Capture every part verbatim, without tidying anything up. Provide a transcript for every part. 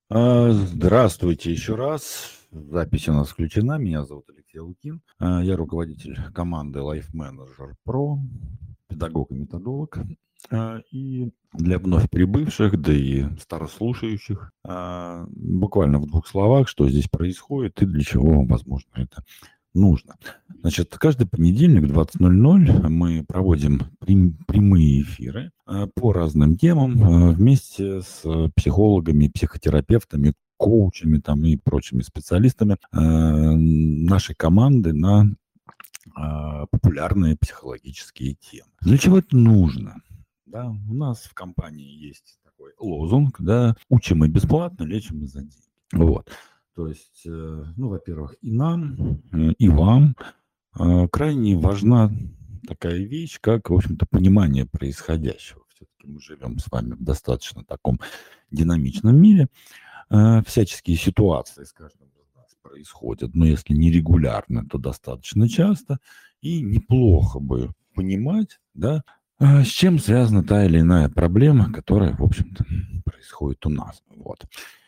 А, Здравствуйте еще раз. Запись у нас включена. Меня зовут Алексей Лукин. А, Я руководитель команды Life Manager Pro, педагог и методолог. А, И для вновь прибывших, да и старослушающих, а, буквально в двух словах, что здесь происходит и для чего, возможно, это нужно. Значит, каждый понедельник в двадцать ноль ноль мы проводим прям- прямые эфиры а, по разным темам а, вместе с а, психологами, психотерапевтами, коучами там и прочими специалистами а, нашей команды на а, популярные психологические темы. Для чего это нужно? Да, у нас в компании есть такой лозунг, да, учим и бесплатно, лечим и за деньги. Вот. То есть, э, ну, во-первых, и нам, э, и вам э, крайне важна такая вещь, как, в общем-то, понимание происходящего. Все-таки мы живем с вами в достаточно таком динамичном мире. Э, Всяческие ситуации с каждым из нас происходят, но если не регулярно, то достаточно часто. И неплохо бы понимать, да, э, с чем связана та или иная проблема, которая, в общем-то, происходит у нас. Вот.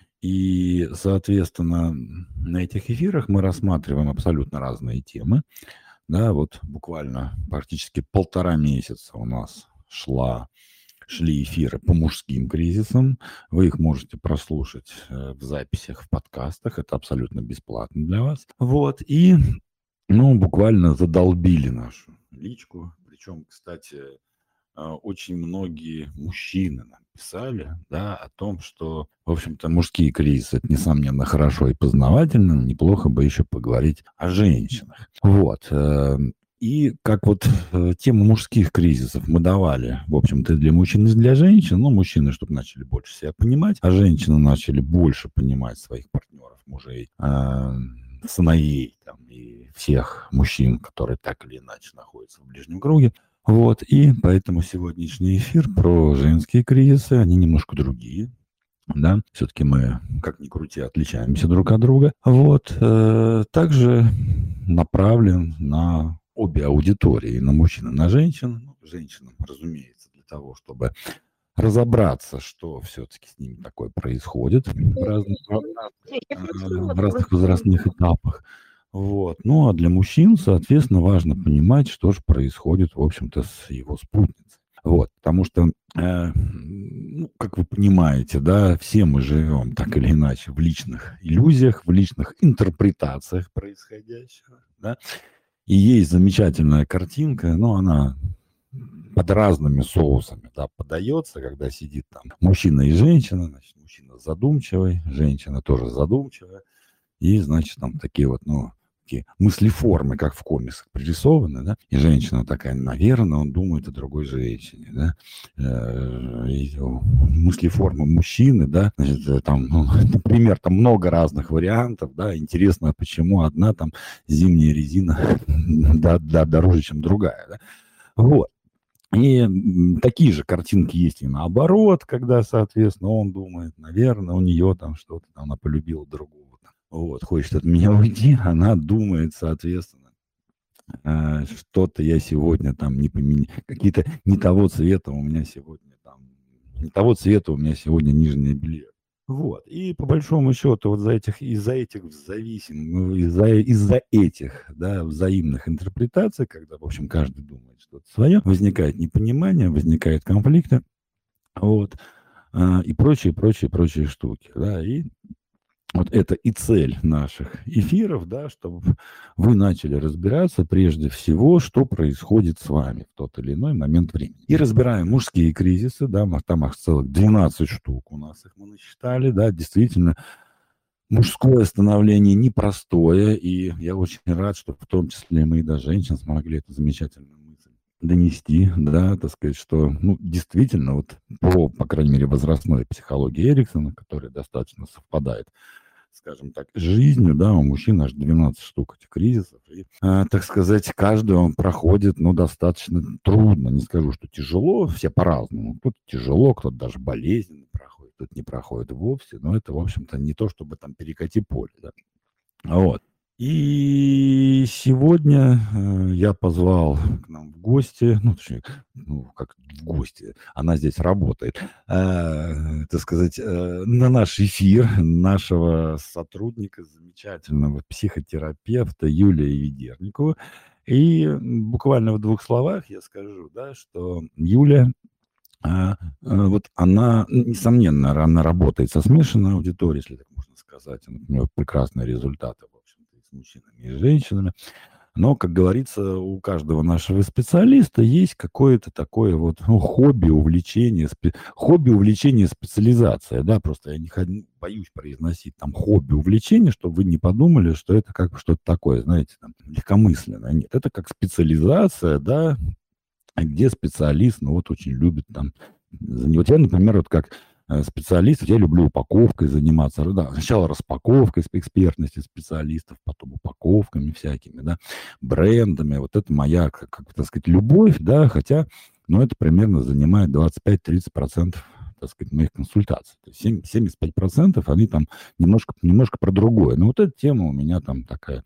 И, соответственно, на этих эфирах мы рассматриваем абсолютно разные темы. Да, вот буквально практически полтора месяца у нас шла, шли эфиры по мужским кризисам. Вы их можете прослушать э, в записях, в подкастах. Это абсолютно бесплатно для вас. Вот. И, ну, буквально задолбили нашу личку. Причем, кстати, а, очень многие мужчины нам писали, да, о том, что, в общем-то, мужские кризисы — это, несомненно, хорошо и познавательно, но неплохо бы еще поговорить о женщинах. Вот. э, И как вот э, тему мужских кризисов мы давали, в общем-то, и для мужчин, и для женщин, ну, мужчины, чтобы начали больше себя понимать, а женщины начали больше понимать своих партнеров, мужей, э, сыновей там, и всех мужчин, которые так или иначе находятся в ближнем круге. Вот, и поэтому сегодняшний эфир про женские кризисы, они немножко другие, да, все-таки мы, как ни крути, отличаемся друг от друга. Вот, э, также направлен на обе аудитории, на мужчин и на женщин. Ну, женщинам, разумеется, для того, чтобы разобраться, что все-таки с ними такое происходит в разных, э, в разных возрастных этапах. Вот. Ну, а для мужчин, соответственно, важно понимать, что же происходит, в общем-то, с его спутницей. Вот, потому что, э, ну, как вы понимаете, да, все мы живем так или иначе в личных иллюзиях, в личных интерпретациях происходящего, да. И есть замечательная картинка, но она под разными соусами, да, подается, когда сидит там мужчина и женщина, значит, мужчина задумчивый, женщина тоже задумчивая, и, значит, там такие вот, ну, такие мыслеформы, как в комиксах пририсованы, да, и женщина такая, наверное, он думает о другой женщине, да, Э, и о, мыслеформы мужчины, да, значит, э, там, ну, например, там много разных вариантов, да, интересно, почему одна там зимняя резина, да, да, дороже, чем другая, да, вот. И м, такие же картинки есть и наоборот, когда, соответственно, он думает, наверное, у нее там что-то, там, она полюбила другого. Там, вот, хочет от меня уйти, она думает, соответственно, а, что-то я сегодня там не поменял, какие-то не того цвета у меня сегодня там, не того цвета у меня сегодня нижнее белье. Вот. И по большому счету вот за этих, из-за этих зависим, ну, из-за, из-за этих, да, взаимных интерпретаций, когда, в общем, каждый думает что-то свое, возникает непонимание, возникают конфликты, вот, а, и прочие, прочие, прочие штуки, да, и вот это и цель наших эфиров, да, чтобы вы начали разбираться прежде всего, что происходит с вами в тот или иной момент времени. И разбираем мужские кризисы, да, мы- там их целых двенадцать штук у нас их мы насчитали, да, действительно, мужское становление непростое, и я очень рад, что в том числе мы и до женщин смогли эту замечательную мысль донести, да, так сказать, что, ну, действительно, вот по, по крайней мере, возрастной психологии Эриксона, которая достаточно совпадает, скажем так, с жизнью, да, у мужчин аж двенадцать штук этих кризисов, и, а, так сказать, каждый он проходит, ну, достаточно трудно, не скажу, что тяжело, все по-разному, кто-то тяжело, кто-то даже болезненно проходит, кто-то не проходит вовсе, но это, в общем-то, не то, чтобы там перекати поле, да. Вот. И сегодня э, я позвал к нам в гости, ну, точнее, ну, как в гости, она здесь работает, э, так сказать, э, на наш эфир нашего сотрудника, замечательного психотерапевта Юлия Ведерникова. И буквально в двух словах я скажу, да, что Юля, а, а, вот она, несомненно, она работает со смешанной аудиторией, если так можно сказать. У нее прекрасные результаты, в общем-то, и с мужчинами, и с женщинами. Но, как говорится, у каждого нашего специалиста есть какое-то такое вот ну, хобби, увлечение, спе... хобби, увлечение, специализация, да, просто я не ход- боюсь произносить там хобби, увлечение, чтобы вы не подумали, что это как что-то такое, знаете, там, легкомысленное. Нет, это как специализация, да, где специалист, ну, вот очень любит там, за- вот я, например, вот как э, специалист, я люблю упаковкой заниматься, да, сначала распаковкой с экспертности специалистов, потом упаковками всякими, да, брендами, вот это моя, как, как, так сказать, любовь, да, хотя, ну, это примерно занимает двадцать пять тридцать процентов, так сказать, моих консультаций. То есть семь- семьдесят пять процентов они там немножко, немножко про другое. Но вот эта тема у меня там такая,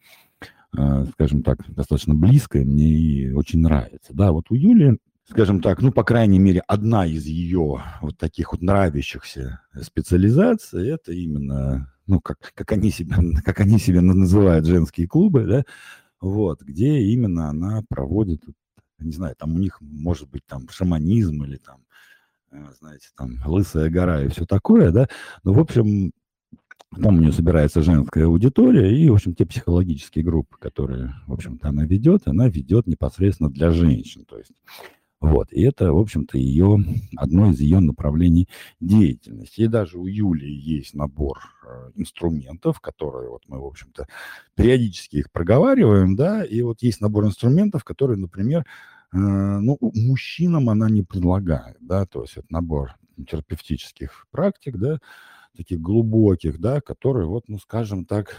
э, скажем так, достаточно близкая мне и очень нравится. Да, вот у Юли, скажем так, ну, по крайней мере, одна из ее вот таких вот нравящихся специализаций, это именно, ну, как, как они себя, как они себя называют, женские клубы, да, вот, где именно она проводит, не знаю, там у них может быть там шаманизм или там, э, знаете, там Лысая гора и все такое, да, ну, в общем, там у нее собирается женская аудитория, и, в общем, те психологические группы, которые, в общем-то, она ведет, она ведет непосредственно для женщин. То есть, вот, и это, в общем-то, ее, одно из ее направлений деятельности. И даже у Юлии есть набор э, инструментов, которые вот мы, в общем-то, периодически их проговариваем, да, и вот есть набор инструментов, которые, например, э, ну, мужчинам она не предлагает, да, то есть это набор терапевтических практик, да, таких глубоких, да, которые, вот, ну, скажем так,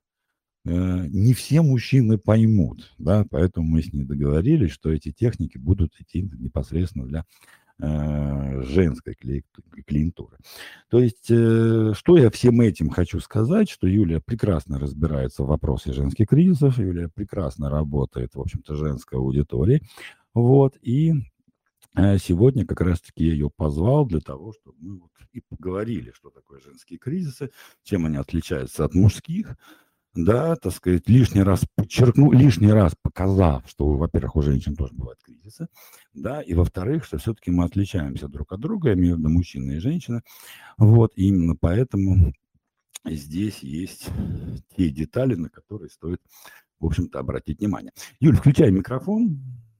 э, не все мужчины поймут, да, поэтому мы с ней договорились, что эти техники будут идти непосредственно для э, женской клиент- клиентуры. То есть, э, что я всем этим хочу сказать, что Юлия прекрасно разбирается в вопросе женских кризисов, Юлия прекрасно работает, в общем-то, женской аудиторией, вот, и а сегодня как раз-таки я ее позвал для того, чтобы мы вот и поговорили, что такое женские кризисы, чем они отличаются от мужских, да, так сказать, лишний раз подчеркну, лишний раз показав, что, во-первых, у женщин тоже бывают кризисы, да, и во-вторых, что все-таки мы отличаемся друг от друга, я имею в виду мужчины и женщины, вот, и именно поэтому здесь есть те детали, на которые стоит, в общем-то, обратить внимание. Юль, включай микрофон.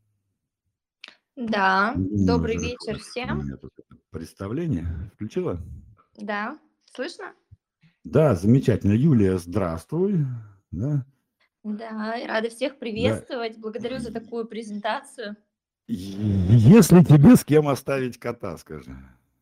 Да, Мне добрый уже вечер хватит у всем. меня тут это представление. Включила? Да, слышно? Да, замечательно. Юлия, здравствуй. Да, Да, и рада всех да. приветствовать. Благодарю за такую презентацию. Если тебе с кем оставить кота, скажи.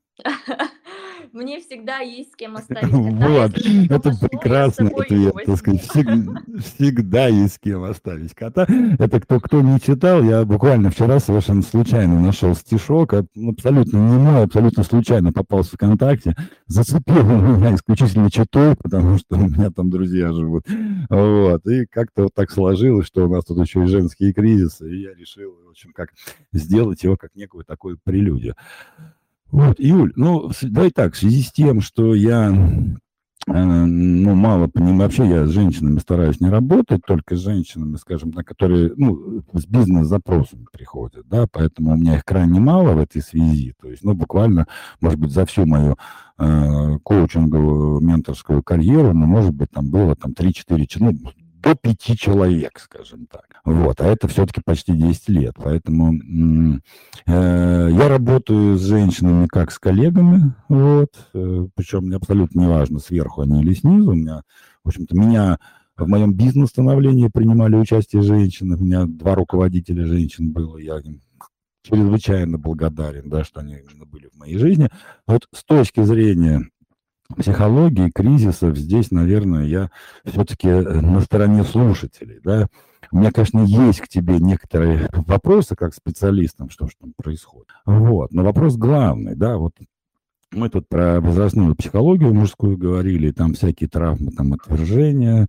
Мне всегда есть с кем оставить кота. Вот, Если уж на то это пошло, я с прекрасный собой его ответ, так сказать, возьму. всег- всегда есть с кем оставить кота. Это кто, кто не читал, я буквально вчера совершенно случайно нашел стишок, а, ну, абсолютно не мой, абсолютно случайно попался ВКонтакте, зацепил меня исключительно читой, потому что у меня там друзья живут, вот, и как-то вот так сложилось, что у нас тут еще и женские кризисы, и я решил, в общем, как сделать его как некую такую прелюдию. Вот, Юль, ну, с- давай так, в связи с тем, что я, э, ну, мало понимаю, вообще я с женщинами стараюсь не работать, только с женщинами, скажем так, которые, ну, с бизнес-запросами приходят, да, поэтому у меня их крайне мало в этой связи, то есть, ну, буквально, может быть, за всю мою э, коучинговую, менторскую карьеру, ну, может быть, там было там три-четыре, ну, до пяти человек, скажем так. Вот, а это все-таки почти десять лет, поэтому м, Э, я работаю с женщинами как с коллегами, вот, э, причем мне абсолютно не важно, сверху они или снизу. У меня, в общем-то, меня в моем бизнес-становлении принимали участие женщины, у меня два руководителя женщин было, я им чрезвычайно благодарен, да, что они именно были в моей жизни. Вот с точки зрения психологии, кризисов, здесь, наверное, я все-таки на стороне слушателей, да. У меня, конечно, есть к тебе некоторые вопросы как специалистам, что же там происходит. Вот. Но вопрос главный, да, вот мы тут про возрастную психологию мужскую говорили, там всякие травмы, там отвержения,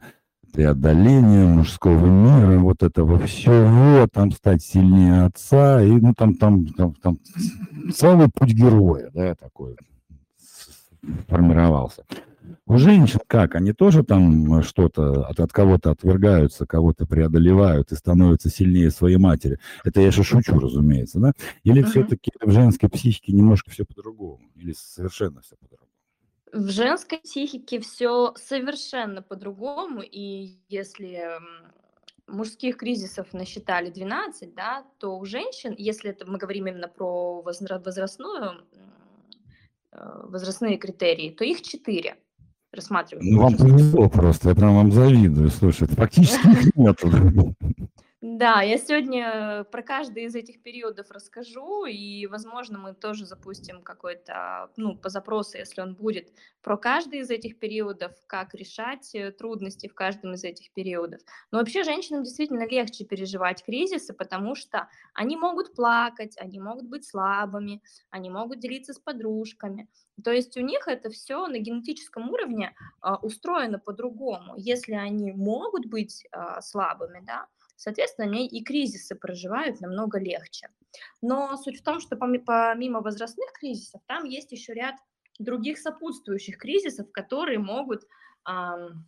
преодоление мужского мира, вот этого всего, там стать сильнее отца, и ну там, там, там, там целый путь героя, да, такой формировался. У женщин как? Они тоже там что-то от, от кого-то отвергаются, кого-то преодолевают и становятся сильнее своей матери. Это я же шучу, разумеется, да? Или Мгм. все-таки в женской психике немножко все по-другому? Или совершенно все по-другому? В женской психике все совершенно по-другому, и если м, мужских кризисов насчитали двенадцать, да, то у женщин, если это мы говорим именно про возра- возрастную, м, э, возрастные критерии, то их четыре рассматриваем Ну, вам возраст. повезло просто, я прям вам завидую. Слушай, фактически их нету. Да, я сегодня про каждый из этих периодов расскажу, и, возможно, мы тоже запустим какой-то, ну, по запросу, если он будет, про каждый из этих периодов, как решать э, трудности в каждом из этих периодов. Но вообще женщинам действительно легче переживать кризисы, потому что они могут плакать, они могут быть слабыми, они могут делиться с подружками. То есть у них это все на генетическом уровне а, устроено по-другому. Если они могут быть а, слабыми, да, соответственно, они и кризисы проживают намного легче. Но суть в том, что помимо возрастных кризисов, там есть еще ряд других сопутствующих кризисов, которые могут ам,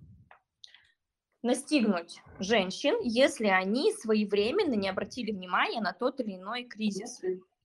настигнуть женщин, если они своевременно не обратили внимания на тот или иной кризис.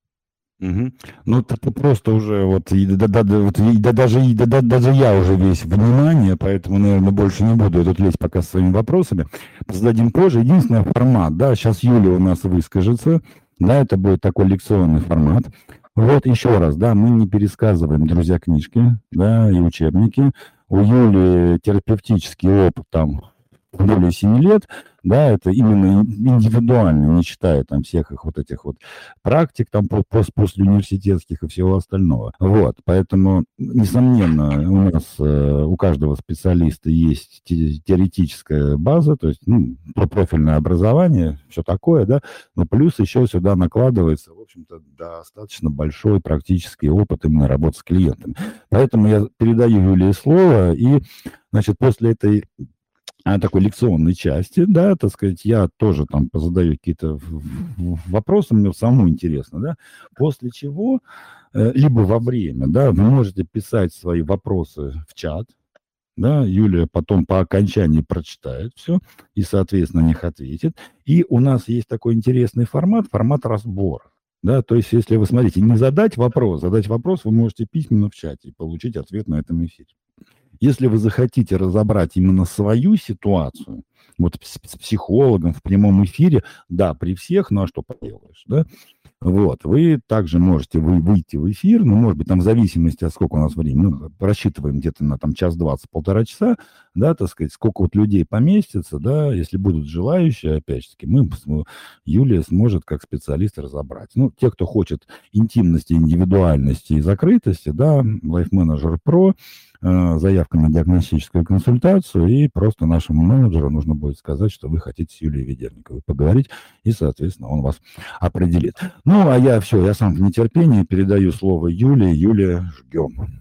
Мгм. Ну, это ты просто уже вот, и да, да, да, вот, и да, даже, и да, да, даже я уже весь внимание, поэтому, наверное, больше не буду я тут лезть пока со своими вопросами. Зададим позже. Единственный формат, да, сейчас Юля у нас выскажется, да, это будет такой лекционный формат. Вот еще раз, да, мы не пересказываем, друзья, книжки, да, и учебники. У Юли терапевтический опыт там более семи лет, да, это именно индивидуально, не считая там всех их вот этих вот практик, там по- пос- после университетских и всего остального. Вот, поэтому, несомненно, у нас, э, у каждого специалиста есть те- теоретическая база, то есть, ну, про- профильное образование, все такое, да, но плюс еще сюда накладывается, в общем-то, достаточно большой практический опыт именно работы с клиентами. Поэтому я передаю Юлии слово, и, значит, после этой а, такой лекционной части, да, так сказать, я тоже там позадаю какие-то в- в- вопросы, мне самому интересно, да, после чего, э, либо во время, да, вы можете писать свои вопросы в чат, да, Юлия потом по окончании прочитает все и, соответственно, на них ответит. И у нас есть такой интересный формат, формат разбора. Да, то есть, если вы смотрите, не задать вопрос, задать вопрос вы можете письменно в чате и получить ответ на этом эфире. Если вы захотите разобрать именно свою ситуацию, вот с, с психологом в прямом эфире, да, при всех, ну а что поделаешь, да, вот, вы также можете вы, выйти в эфир, ну, может быть, там в зависимости от сколько у нас времени, ну, рассчитываем где-то на там час двадцать, полтора часа, да, так сказать, сколько вот людей поместится, да, если будут желающие, опять же таки, мы, Юлия сможет как специалист разобрать. Ну, те, кто хочет интимности, индивидуальности и закрытости, да, Life Manager Pro, э, заявка на диагностическую консультацию, и просто нашему менеджеру нужно будет сказать, что вы хотите с Юлией Ведерниковой поговорить, и, соответственно, он вас определит. Ну, а я все, я сам в нетерпении передаю слово Юле. Юлия, ждем.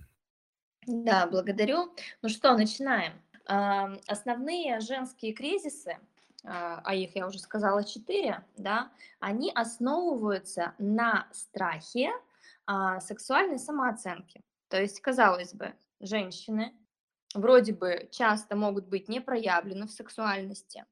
Да, благодарю. Ну что, начинаем. Ам, Основные женские кризисы, а а их я уже сказала четыре, да, они основываются на страхе а, сексуальной самооценки. То есть, казалось бы, женщины вроде бы часто могут быть не проявлены в сексуальности,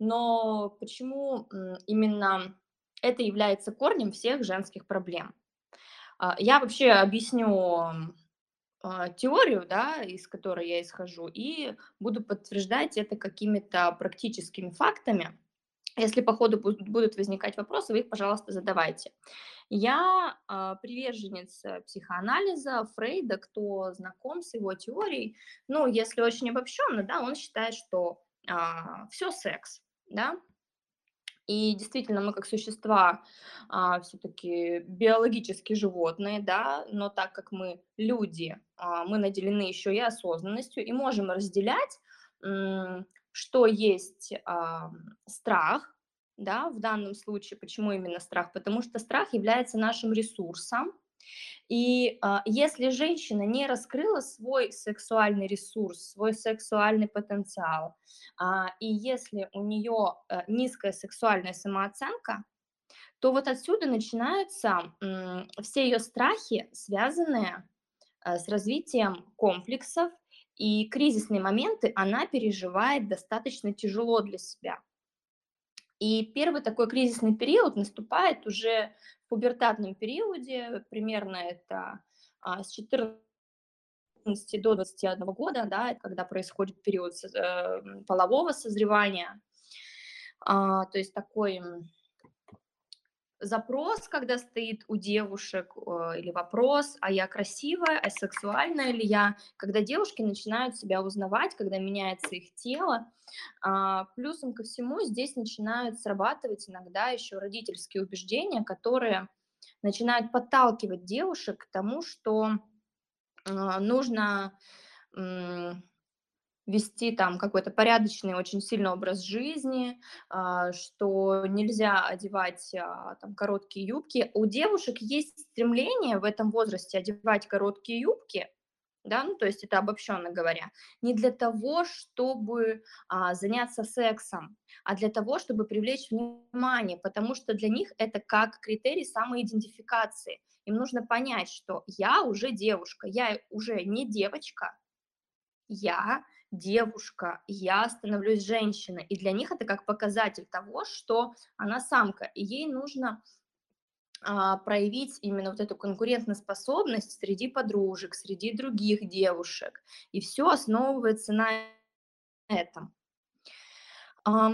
но почему м, именно это является корнем всех женских проблем? А, Я вообще объясню а, теорию, да, из которой я исхожу, и буду подтверждать это какими-то практическими фактами. Если по ходу бу- будут возникать вопросы, вы их, пожалуйста, задавайте. Я а, приверженец э, психоанализа Фрейда, кто знаком с его теорией. Ну, если очень обобщенно, да, он считает, что все секс, да, и действительно, мы как существа а, все-таки биологически животные, да, но так как мы люди, а, мы наделены еще и осознанностью и можем разделять, м, что есть а, страх, да, в данном случае. Почему именно страх? Потому что страх является нашим ресурсом, И а, если женщина не раскрыла свой сексуальный ресурс, свой сексуальный потенциал, а, и если у нее э, низкая сексуальная самооценка, то вот отсюда начинаются м, все ее страхи, связанные э, с развитием комплексов, и кризисные моменты она переживает достаточно тяжело для себя. И первый такой кризисный период наступает уже в пубертатном периоде, примерно это а, с четырнадцати до двадцати одного года, да, это когда происходит период соз- э, м, полового созревания. А, то есть такой м, запрос, когда стоит у девушек, э, или вопрос, а я красивая, а сексуальная ли я, когда девушки начинают себя узнавать, когда меняется их тело. А, плюсом ко всему здесь начинают срабатывать иногда еще родительские убеждения, которые начинают подталкивать девушек к тому, что а, нужно м, вести там какой-то порядочный очень сильный образ жизни, а, что нельзя одевать а, там короткие юбки. У девушек есть стремление в этом возрасте одевать короткие юбки, да, ну, то есть это обобщенно говоря, не для того, чтобы а, заняться сексом, а для того, чтобы привлечь внимание, потому что для них это как критерий самоидентификации. Им нужно понять, что я уже девушка, я уже не девочка, я девушка, я становлюсь женщиной. И для них это как показатель того, что она самка, и ей нужно а, проявить именно вот эту конкурентоспособность среди подружек, среди других девушек. И все основывается на этом. Ам,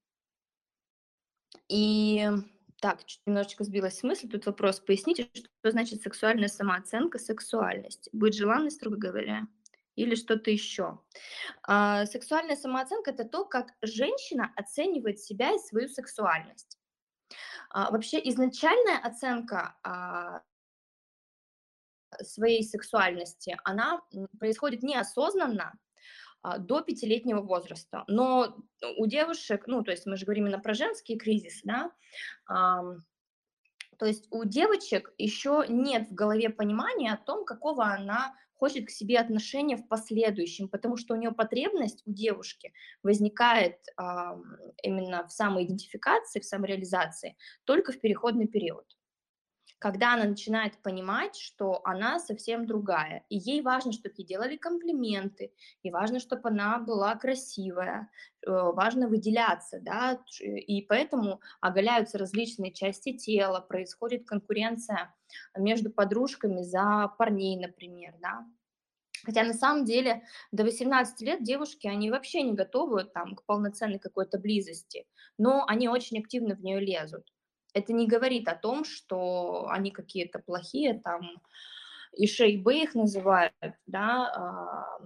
и так, чуть немножечко сбилась с мысли. Тут вопрос: поясните, что значит сексуальная самооценка, сексуальность? Быть желанной, строго говоря, или что-то еще? А, сексуальная самооценка — это то, как женщина оценивает себя и свою сексуальность. А, вообще изначальная оценка а, своей сексуальности, она м, происходит неосознанно а, до пятилетнего возраста. Но у девушек, ну, то есть мы же говорим именно про женские кризисы, да, ам, то есть у девочек еще нет в голове понимания о том, какого она хочет к себе отношения в последующем, потому что у нее потребность у девушки возникает ам, именно в самоидентификации, в самореализации только в переходный период, когда она начинает понимать, что она совсем другая, и ей важно, чтобы ей делали комплименты, и важно, чтобы она была красивая, э, важно выделяться, да, ш- и поэтому оголяются различные части тела, происходит конкуренция между подружками за парней, например, да. Хотя на самом деле до восемнадцати лет девушки, они вообще не готовы там к полноценной какой-то близости, но они очень активно в нее лезут. Это не говорит о том, что они какие-то плохие, там, и шейбы их называют, да, а,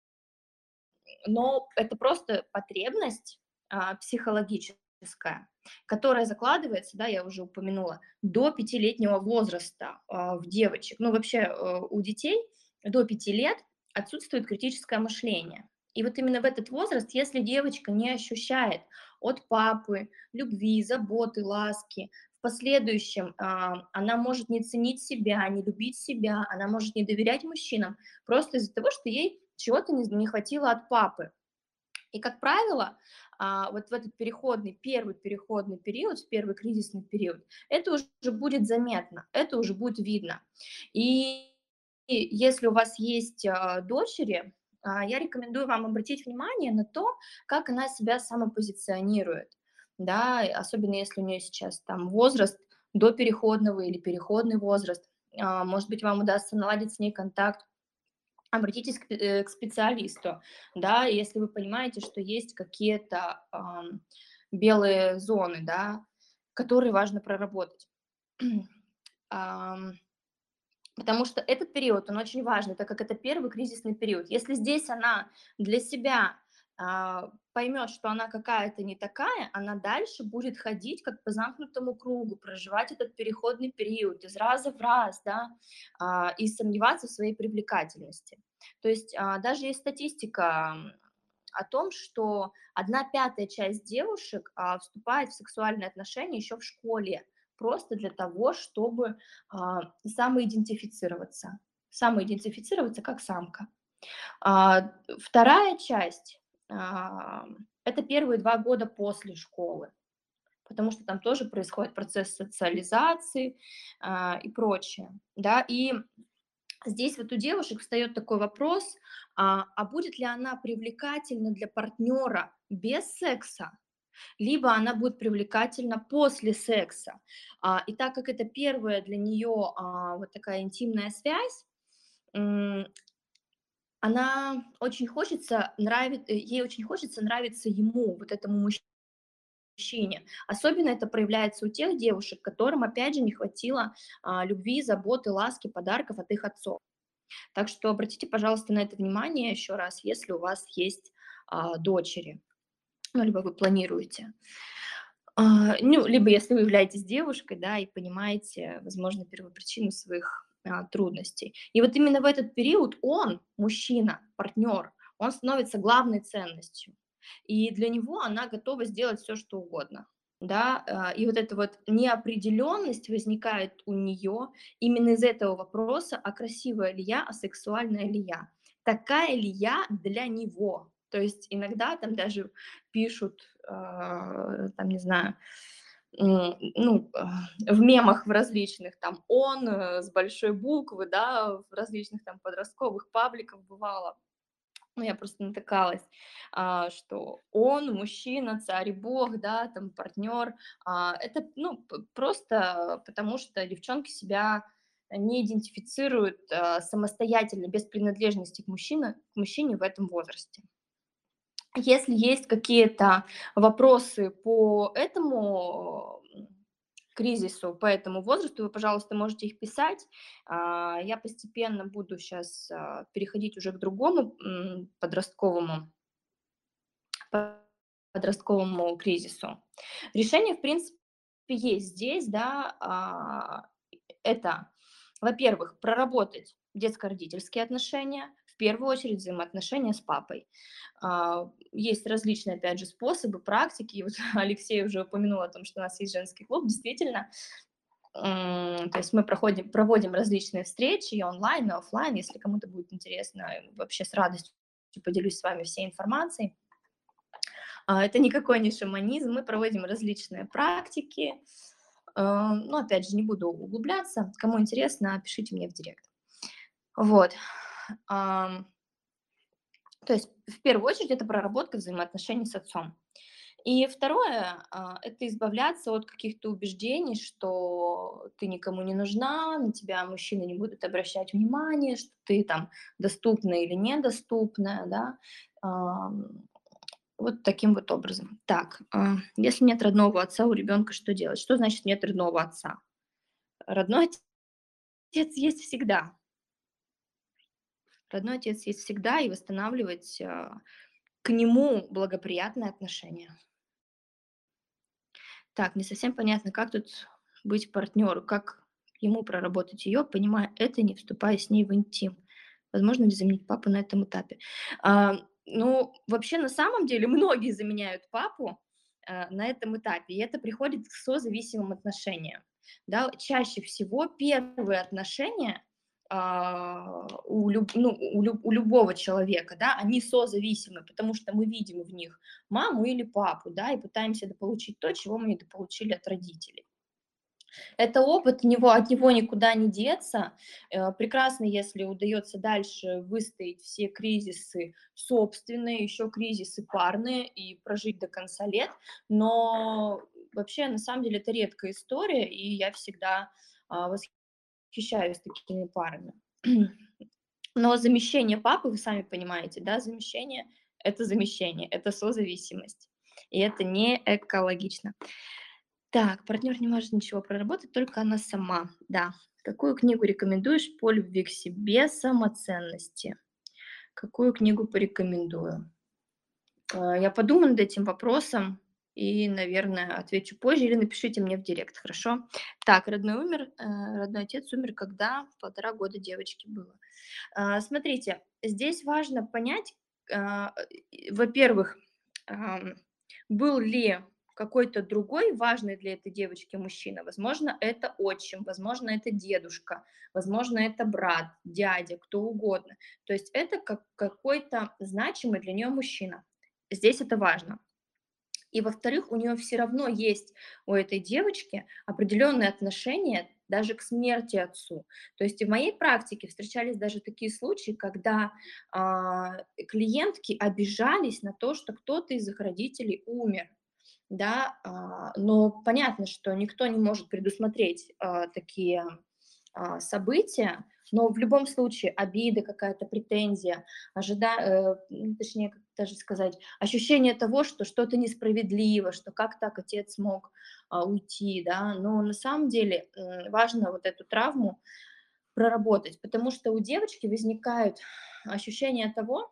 но это просто потребность а, психологическая, которая закладывается, да, я уже упомянула, до пятилетнего возраста а, в девочек. Ну, вообще э, у детей до пяти лет отсутствует критическое мышление. И вот именно в этот возраст, если девочка не ощущает от папы любви, заботы, ласки, в последующем а, она может не ценить себя, не любить себя, она может не доверять мужчинам, просто из-за того, что ей чего-то не, не хватило от папы. И, как правило, а, вот в этот переходный, первый переходный период, в первый кризисный период, это уже будет заметно, это уже будет видно. И и если у вас есть а, дочери, а, я рекомендую вам обратить внимание на то, как она себя самопозиционирует, да, и особенно если у нее сейчас там возраст до переходного или переходный возраст. А, может быть, вам удастся наладить с ней контакт, обратитесь к, э, к специалисту, да, если вы понимаете, что есть какие-то ам, белые зоны, да, которые важно проработать. Ам, Потому что этот период, он очень важный, так как это первый кризисный период. Если здесь она для себя а, поймет, что она какая-то не такая, она дальше будет ходить как по замкнутому кругу, проживать этот переходный период из раза в раз, да, а, и сомневаться в своей привлекательности. То есть а, даже есть статистика м, о том, что одна пятая часть девушек а, вступает в сексуальные отношения еще в школе. просто для того, чтобы а, самоидентифицироваться. Самоидентифицироваться как самка. А, вторая часть а, это первые два года после школы, потому что там тоже происходит процесс социализации а, и прочее, да, и здесь вот у девушек встает такой вопрос, а, а будет ли она привлекательна для партнера без секса, либо она будет привлекательна после секса. А, и так как это первая для нее а, вот такая интимная связь, м, она очень хочется нравит, э, ей очень хочется нравиться ему, вот этому мужчине. Особенно это проявляется у тех девушек, которым, опять же, не хватило а, любви, заботы, ласки, подарков от их отцов. Так что обратите, пожалуйста, на это внимание еще раз, если у вас есть а, дочери, ну, либо вы планируете. А, ну, либо если вы являетесь девушкой, да, и понимаете, возможно, первопричину своих а, трудностей. И вот именно в этот период он, мужчина, партнер, он становится главной ценностью. И для него она готова сделать все, что угодно. Да, а, и вот эта вот неопределенность возникает у нее именно из этого вопроса, а красивая ли я, а сексуальная ли я, такая ли я для него. То есть иногда там даже пишут, а, там, не знаю, м, ну, а, в мемах в различных, там, он э, с большой буквы, да, в различных там подростковых пабликах бывало, ну, я просто натыкалась, а, что он мужчина, царь и бог, да, там, партнер. А, это, ну, п- просто потому что девчонки себя не идентифицируют а, самостоятельно, без принадлежности к мужчине, к мужчине в этом возрасте. Если есть какие-то вопросы по этому м, кризису, по этому возрасту, вы, пожалуйста, можете их писать. А, Я постепенно буду сейчас переходить уже к другому м, подростковому, по- подростковому кризису. Решение, в принципе, есть здесь, да, а, это, во-первых, проработать детско-родительские отношения, в первую очередь взаимоотношения с папой. А, Есть различные, опять же, способы, практики. И вот Алексей уже упомянул о том, что у нас есть женский клуб. Действительно, м, то есть мы проходим, проводим различные встречи и онлайн, и оффлайн. Если кому-то будет интересно, вообще с радостью поделюсь с вами всей информацией. А, Это никакой не шаманизм, мы проводим различные практики. Э, Ну, опять же, не буду углубляться. Кому интересно, пишите мне в директ. Вот. Ам, То есть, в первую очередь, это проработка взаимоотношений с отцом. И второе, а, это избавляться от каких-то убеждений, что ты никому не нужна, на тебя мужчины не будут обращать внимание, что ты там доступна или недоступная, да. Ам, Вот таким вот образом. Так, а, если нет родного отца у ребенка, что делать? Что значит нет родного отца? Родной отец есть всегда. Родной отец есть всегда, и восстанавливать а, к нему благоприятные отношения. Так, не совсем понятно, как тут быть партнеру, как ему проработать ее, понимая это, не вступая с ней в интим. Возможно ли заменить папу на этом этапе? А, ну, вообще, на самом деле, многие заменяют папу а, на этом этапе, и это приходит к созависимым отношениям. Да? Чаще всего первые отношения а, у, люб- ну, у, люб- у любого человека, да, они созависимы, потому что мы видим в них маму или папу, да, и пытаемся дополучить то, чего мы не дополучили от родителей. Это опыт, него, от него никуда не деться. Э, Прекрасно, если удается дальше выстоять все кризисы собственные, еще кризисы парные и прожить до конца лет, но вообще, на самом деле, это редкая история, и я всегда а, восхищаюсь такими парами. Но замещение папы, вы сами понимаете, да, замещение– это замещение, это созависимость. И это не экологично. Так, партнер не может ничего проработать, только она сама. Да. Какую книгу рекомендуешь по любви к себе, самоценности? Какую книгу порекомендую? Э, Я подумаю над этим вопросом и, наверное, отвечу позже или напишите мне в директ, хорошо? Так, родной умер, э, родной отец умер, когда полтора года девочке было. А, Смотрите, здесь важно понять, а, и, во-первых, ам, был ли какой-то другой важный для этой девочки мужчина. Возможно, это отчим, возможно, это дедушка, возможно, это брат, дядя, кто угодно. То есть это как какой-то значимый для нее мужчина. Здесь это важно. И, во-вторых, у нее все равно есть, у этой девочки, определенные отношения даже к смерти отцу. То есть и в моей практике встречались даже такие случаи, когда а, клиентки обижались на то, что кто-то из их родителей умер. Да, а, но понятно, что никто не может предусмотреть а, такие а, события, но в любом случае обида, какая-то претензия, ожида... э, ну, точнее, как даже сказать, ощущение того, что что-то несправедливо, что как так отец мог а, уйти, да, но на самом деле м, важно вот эту травму проработать, потому что у девочки возникает ощущение того,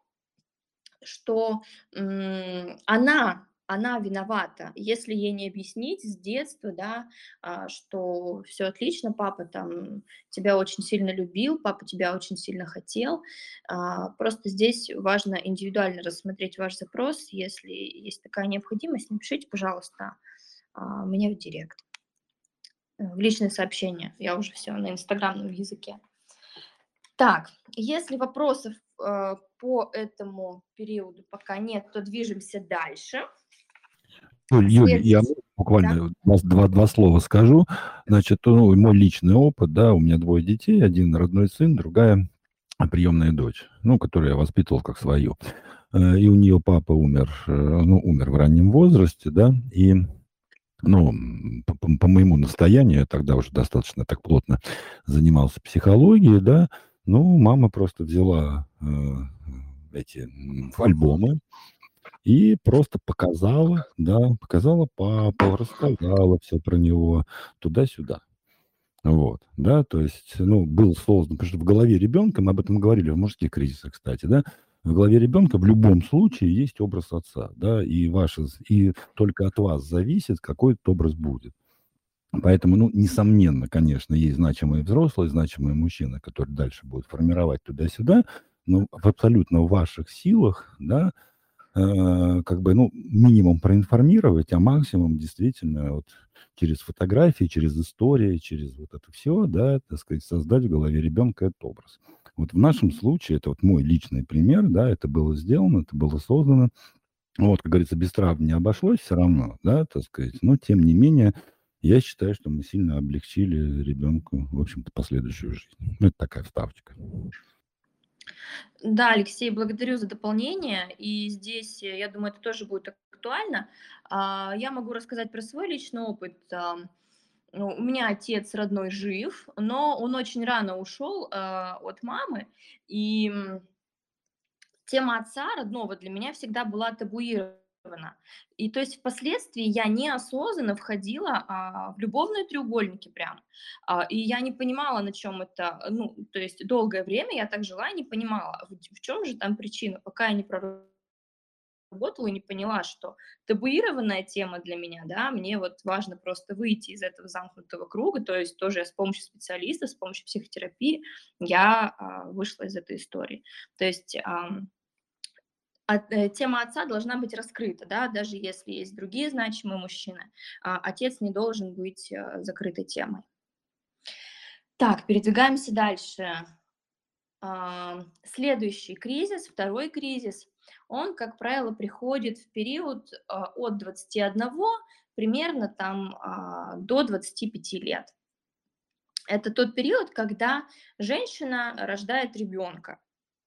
что м, она, она виновата, если ей не объяснить с детства, да, а, что все отлично, папа там тебя очень сильно любил, папа тебя очень сильно хотел. А, Просто здесь важно индивидуально рассмотреть ваш запрос. Если есть такая необходимость, напишите, пожалуйста, а, мне в директ, э, в личное сообщение. Я уже все на инстаграмном языке. Так, если вопросов э, по этому периоду пока нет, то движемся дальше. Юль, Юль, я Следующий, да, буквально два, два, два слова скажу. Значит, ну, мой личный опыт, да, у меня двое детей, один родной сын, другая приемная дочь, ну, которую я воспитывал как свою. Э, И у нее папа умер, э, ну, умер в раннем возрасте, да, и, ну, м, по, по- по моему настоянию, я тогда уже достаточно так плотно занимался психологией, да, ну, мама просто взяла э, эти м, альбомы, и просто показала, да, показала папу, рассказала все про него туда-сюда. Вот, да, то есть, ну, был создан, потому что в голове ребенка, мы об этом говорили в мужских кризисах, кстати, да, в голове ребенка в любом случае есть образ отца, да, и ваше, и только от вас зависит, какой этот образ будет. Поэтому, ну, несомненно, конечно, есть значимые взрослые, значимые мужчины, которые дальше будут формировать туда-сюда, но в абсолютно ваших силах, да, э, как бы, ну, минимум проинформировать, а максимум действительно вот через фотографии, через истории, через вот это все, да, так сказать, создать в голове ребенка этот образ. Вот в нашем случае, это вот мой личный пример, да, это было сделано, это было создано. Вот, как говорится, без травм не обошлось все равно, да, так сказать, но тем не менее, я считаю, что мы сильно облегчили ребенку, в общем-то, последующую жизнь. Ну, это такая вставочка. да, Алексей, благодарю за дополнение. И здесь, э, я думаю, это тоже будет актуально. А, Я могу рассказать про свой личный опыт. А, ну, У меня отец родной жив, но он очень рано ушел а, от мамы, и тема отца родного для меня всегда была табуирована. И то есть впоследствии я неосознанно входила а, в любовные треугольники прям. А, и я не понимала, на чем это, ну, то есть долгое время я так жила и не понимала, в, в чем же там причина, пока я не проработала и не поняла, что табуированная тема для меня, да, мне вот важно просто выйти из этого замкнутого круга, то есть тоже я с помощью специалиста, с помощью психотерапии я а, вышла из этой истории. То есть ам, от э, тема отца должна быть раскрыта, да, даже если есть другие значимые мужчины, а, отец не должен быть, э, закрытой темой. Так, передвигаемся дальше. Ам, следующий кризис, второй кризис, он, как правило, приходит в период, а, от двадцати одного примерно там, а, до двадцати пяти лет. Это тот период, когда женщина рождает ребенка.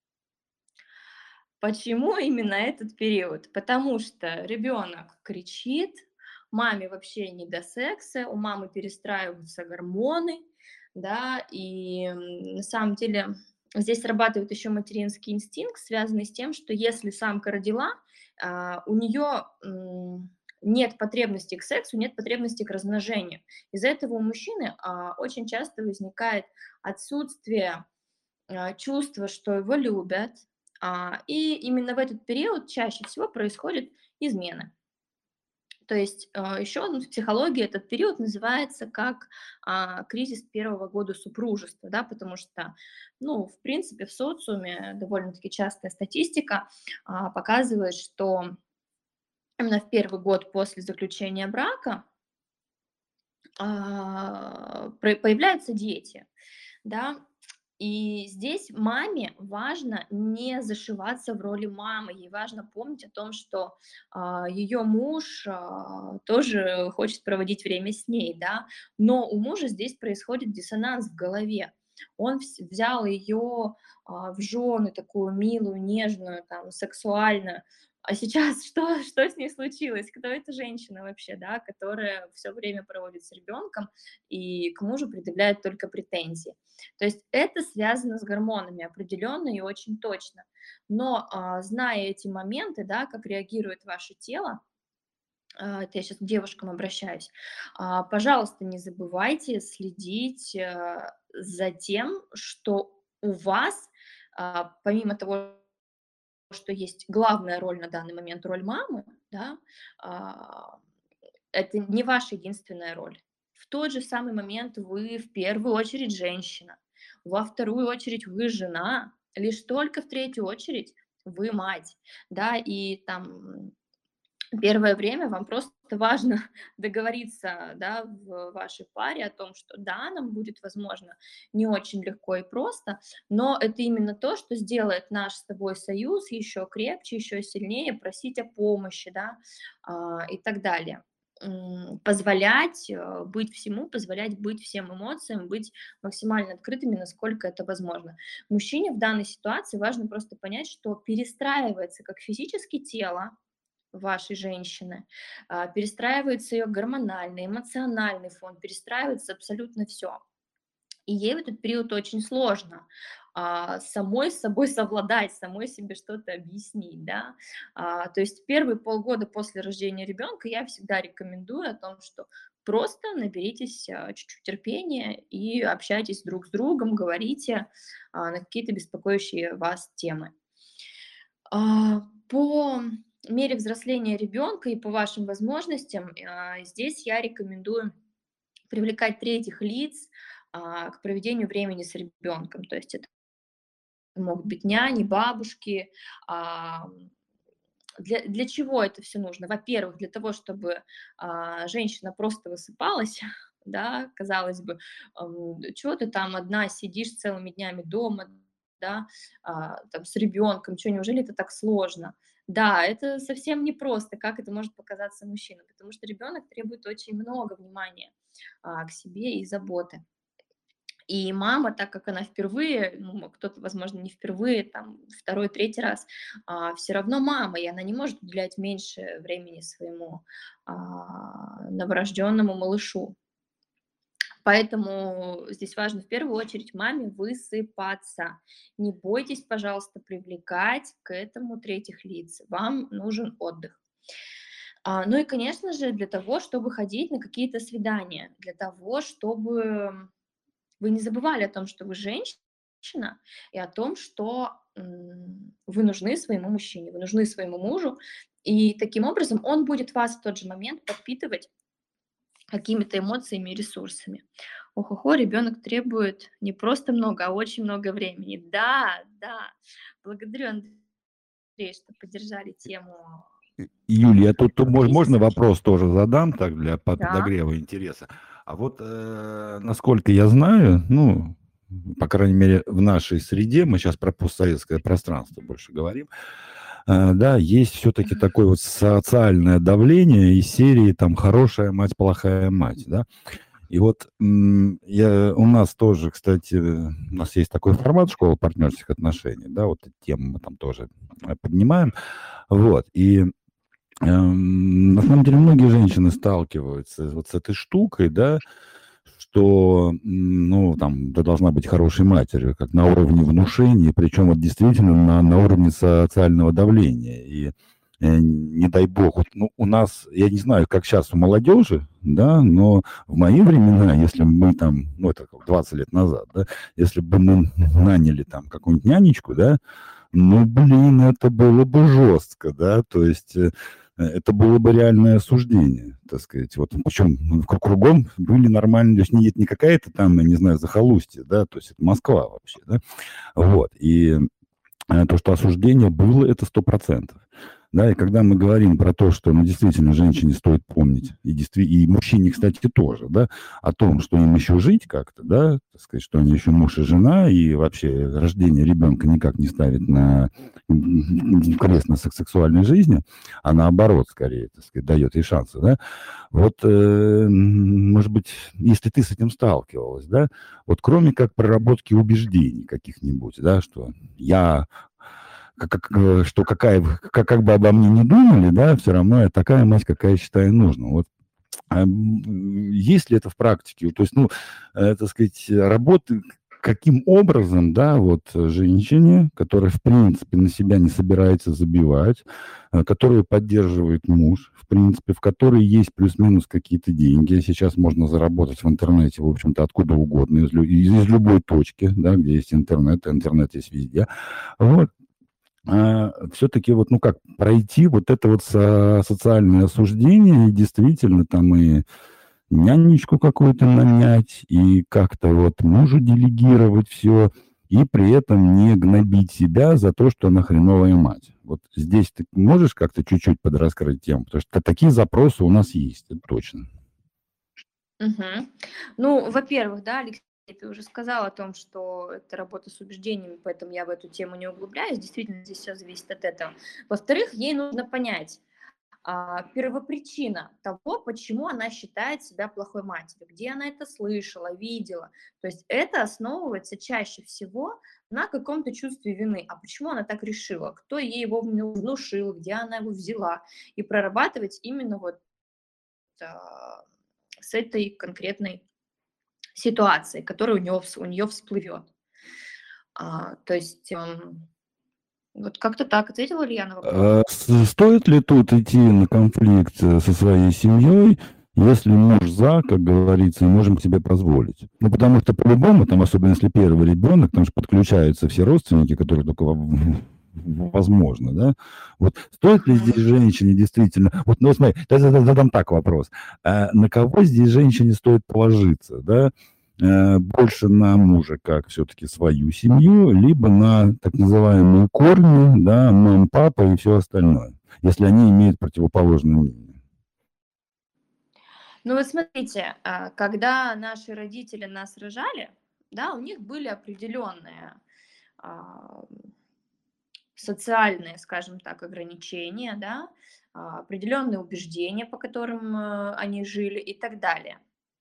Почему именно этот период? Потому что ребенок кричит, маме вообще не до секса, у мамы перестраиваются гормоны, да, и м, на самом деле здесь срабатывает еще материнский инстинкт, связанный с тем, что если самка родила, а, у нее нет потребности к сексу, нет потребности к размножению. Из-за этого у мужчины а, очень часто возникает отсутствие а, чувство, что его любят, а, и именно в этот период чаще всего происходят измены. То есть а, еще в психологии этот период называется как а, кризис первого года супружества, да, потому что, ну, в принципе, в социуме довольно-таки частая статистика а, показывает, что именно в первый год после заключения брака а, про- появляются дети, да, и здесь маме важно не зашиваться в роли мамы, ей важно помнить о том, что а, ее муж а, тоже хочет проводить время с ней, да, но у мужа здесь происходит диссонанс в голове. Он вс- взял ее в жены, такую милую, нежную, там, сексуальную, а сейчас что, что с ней случилось? Кто эта женщина вообще, да, которая все время проводит с ребенком и к мужу предъявляет только претензии? То есть это связано с гормонами определенно и очень точно. Но а, зная эти моменты, да, как реагирует ваше тело, а, это я сейчас к девушкам обращаюсь, а, пожалуйста, не забывайте следить а, за тем, что у вас, а, помимо того, что есть главная роль на данный момент, роль мамы, да, а, это не ваша единственная роль. В тот же самый момент вы в первую очередь женщина, во вторую очередь вы жена, лишь только в третью очередь вы мать, да, и там первое время вам просто важно договориться, да, в вашей паре о том, что да, нам будет, возможно, не очень легко и просто, но это именно то, что сделает наш с тобой союз еще крепче, еще сильнее, просить о помощи, да, а, и так далее. М, Позволять э, быть всему, позволять быть всем эмоциям, быть максимально открытыми, насколько это возможно. Мужчине в данной ситуации важно просто понять, что перестраивается как физически тело, вашей женщины, а, перестраивается ее гормональный, эмоциональный фон, перестраивается абсолютно все. И ей в этот период очень сложно а, самой с собой совладать, самой себе что-то объяснить, да. А, то есть первые полгода после рождения ребенка я всегда рекомендую о том, что просто наберитесь а, чуть-чуть терпения и общайтесь друг с другом, говорите а, на какие-то беспокоящие вас темы. А, По мере взросления ребенка и по вашим возможностям, а, здесь я рекомендую привлекать третьих лиц а, к проведению времени с ребенком. То есть это могут быть няни, бабушки. а, Для, для чего это все нужно? Во-первых, для того, чтобы а, женщина просто высыпалась, да, казалось бы, чего ты там одна сидишь целыми днями дома, да, а, там, с ребенком, что, неужели это так сложно? Да, это совсем не просто, как это может показаться мужчинам, потому что ребенок требует очень много внимания а, к себе и заботы. И мама, так как она впервые, ну, кто-то, возможно, не впервые, там, второй, третий раз, а, все равно мама, и она не может уделять меньше времени своему а, новорожденному малышу. Поэтому здесь важно в первую очередь маме высыпаться. Не бойтесь, пожалуйста, привлекать к этому третьих лиц. Вам нужен отдых. А, ну и, конечно же, для того, чтобы ходить на какие-то свидания, для того, чтобы вы не забывали о том, что вы женщина, и о том, что м, вы нужны своему мужчине, вы нужны своему мужу, и таким образом он будет вас в тот же момент подпитывать какими-то эмоциями и ресурсами. Ох-охо, ребенок требует не просто много, а очень много времени. Да, да. Благодарю, Андрей, что поддержали тему Юлия, я тут, тут этого мож- можно кризиса. вопрос тоже задам, так, для по- Да. подогрева интереса. А вот, э, насколько я знаю, ну, по крайней мере, в нашей среде, мы сейчас про постсоветское пространство больше говорим, э, да, есть все-таки Мгм. такое вот социальное давление из серии там «хорошая мать, плохая мать», да. И вот м, я, у нас тоже, кстати, у нас есть такой формат школы партнерских отношений, да, вот эти темы мы там тоже э, поднимаем, вот, и Эм, на самом деле многие женщины сталкиваются вот с этой штукой, да, что, м, ну, там, ты должна быть хорошей матерью, как на уровне внушения, причем вот действительно на, на уровне социального давления. И э, не дай бог, вот, ну, у нас, я не знаю, как сейчас у молодежи, да, но в мои времена, если бы мы там, ну, это как двадцать лет назад, да, если бы мы наняли там какую-нибудь нянечку, да, ну, блин, это было бы жестко, да, то есть э, это было бы реальное осуждение, так сказать. Вот, причем ну, к- кругом были нормальные, то есть нет не какая-то там, я не знаю, захолустье, да, то есть это Москва вообще, да, вот. И э, то, что осуждение было, это сто процентов. Да, и когда мы говорим про то, что ну, действительно женщине стоит помнить, и, действи- и мужчине, кстати, тоже, да, о том, что им еще жить как-то, да, так сказать, что они еще муж и жена, и вообще рождение ребенка никак не ставит на м, крест на сек- сексуальной жизни, а наоборот, скорее, так сказать, дает ей шансы, да. Вот, э, м, может быть, если ты с этим сталкивалась, да, вот кроме как проработки убеждений каких-нибудь, да, что я как, как, э, что какая, бы- как, как бы обо мне не думали, да, все равно я такая мать, какая считаю нужным. Вот а, м, есть ли это в практике? Вот, то есть, ну, э, так сказать, работы каким образом, да, вот э, женщине, которая, в принципе, на себя не собирается забивать, э, которую поддерживает муж, в принципе, в которой есть плюс-минус какие-то деньги. Сейчас можно заработать в интернете, в общем-то, откуда угодно, из, лю- из из любой точки, да, где есть интернет, интернет есть везде. Вот все-таки вот, ну как, пройти вот это вот со- социальное осуждение, и действительно там и нянечку какую-то нанять, и как-то вот мужу делегировать все, и при этом не гнобить себя за то, что она хреновая мать. Вот здесь ты можешь как-то чуть-чуть подраскрыть тему, потому что такие запросы у нас есть, это точно. Мгм. Ну, во-первых, да, Алексей, ты уже сказал о том, что это работа с убеждениями, поэтому я в эту тему не углубляюсь. Действительно, здесь все зависит от этого. Во-вторых, ей нужно понять а, первопричина того, почему она считает себя плохой матерью, где она это слышала, видела. То есть это основывается чаще всего на каком-то чувстве вины. А почему она так решила? Кто ей его внушил, где она его взяла? И прорабатывать именно вот а, с этой конкретной ситуации, которая у нее, у нее всплывет. А, то есть эм, вот как-то так. Ответила ли я на вопрос? А с- стоит ли тут идти на конфликт э, со своей семьей, если муж за, как говорится, и можем себе позволить? Ну, потому что по-любому, там, особенно если первый ребенок, там же подключаются все родственники, которые только во- возможно, да? Вот стоит ли здесь Мгм. женщине действительно... Вот, ну, смотри, я зада- задам так вопрос. А на кого здесь женщине стоит положиться, да? Э, больше на мужа, как все-таки свою семью, либо на так называемые корни, да, мам, папа и все остальное, если они имеют противоположное мнение. Ну вот смотрите, а, когда наши родители нас рожали, да, у них были определенные а, социальные, скажем так, ограничения, да, а, определенные убеждения, по которым э, они жили и так далее.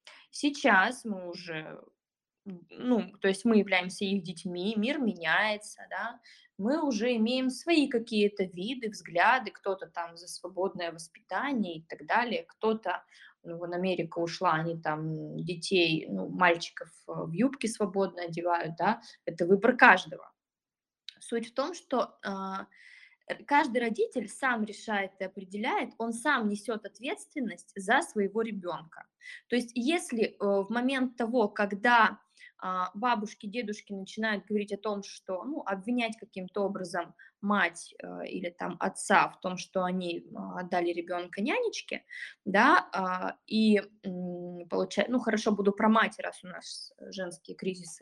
Сейчас мы уже, м, ну, то есть мы являемся их детьми, мир меняется, да, мы уже имеем свои какие-то виды, взгляды, кто-то там за свободное воспитание и так далее, кто-то, ну, вон Америка ушла, они там детей, ну, мальчиков э, в юбки свободно одевают, да, это выбор каждого. Суть в том, что а, э, каждый родитель сам решает и определяет, он сам несет ответственность за своего ребенка. То есть если э, в момент того, когда а, бабушки, дедушки начинают говорить о том, что, ну, обвинять каким-то образом мать э, или там отца в том, что они а, отдали ребенка нянечке, да, а, и получается, ну, хорошо, буду про мать, раз у нас женские кризисы,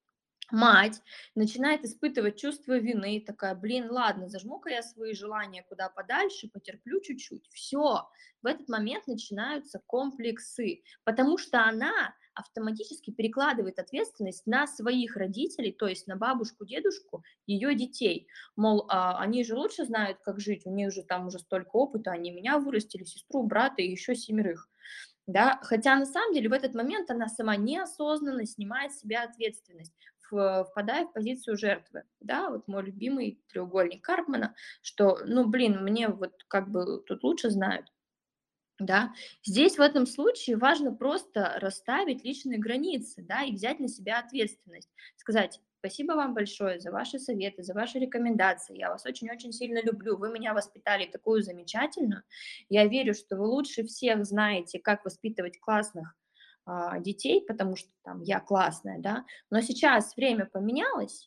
мать начинает испытывать чувство вины, такая, блин, ладно, зажму-ка я свои желания куда подальше, потерплю чуть-чуть. Все, в этот момент начинаются комплексы, потому что она автоматически перекладывает ответственность на своих родителей, то есть на бабушку, дедушку, ее детей. Мол, а, они же лучше знают, как жить, у них же там уже столько опыта, они меня вырастили, сестру, брата и еще семерых. Да? Хотя на самом деле в этот момент она сама неосознанно снимает с себя ответственность, в- впадая в позицию жертвы. Да? Вот мой любимый треугольник Карпмана, что, ну, блин, мне вот как бы тут лучше знают. Да, здесь в этом случае важно просто расставить личные границы, да, и взять на себя ответственность. Сказать: спасибо вам большое за ваши советы, за ваши рекомендации. Я вас очень-очень сильно люблю. Вы меня воспитали такую замечательную. Я верю, что вы лучше всех знаете, как воспитывать классных а, детей, потому что там я классная, да. Но сейчас время поменялось,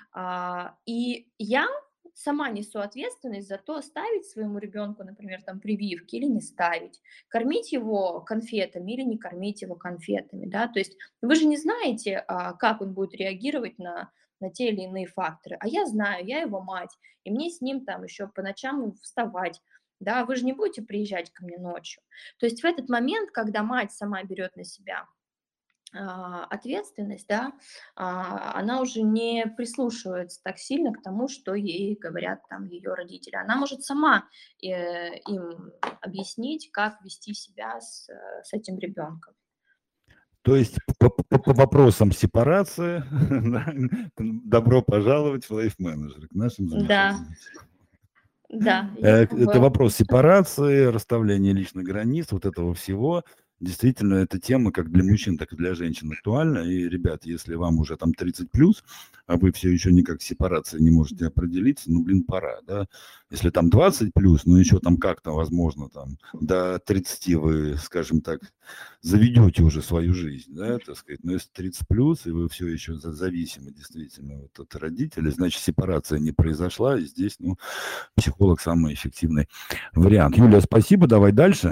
а, и я сама несу ответственность за то, ставить своему ребенку, например, там прививки или не ставить, кормить его конфетами или не кормить его конфетами, да, то есть вы же не знаете, а, как он будет реагировать на на те или иные факторы. А я знаю, я его мать, и мне с ним там еще по ночам вставать. Да, вы же не будете приезжать ко мне ночью. То есть в этот момент, когда мать сама берет на себя а, ответственность, да, а, она уже не прислушивается так сильно к тому, что ей говорят там ее родители. Она может сама э, им объяснить, как вести себя с, э, с этим ребенком. То есть по, по- по вопросам сепарации да, добро пожаловать в Life Manager к нашим Да, замечательным. да, Э, я Это в- вопрос сепарации, расставления личных границ, вот этого всего. Действительно, эта тема как для мужчин, так и для женщин актуальна. И, ребят, если вам уже там тридцать плюс, а вы все еще никак с сепарацией не можете определиться, ну, блин, пора, да. Если там двадцать плюс, ну, еще там как-то, возможно, там до тридцати вы, скажем так, заведете уже свою жизнь, да, так сказать. Но если тридцать плюс, и вы все еще за- зависимы действительно вот от родителей, значит, сепарация не произошла, и здесь, ну, психолог самый эффективный вариант. Юлия, спасибо, давай дальше.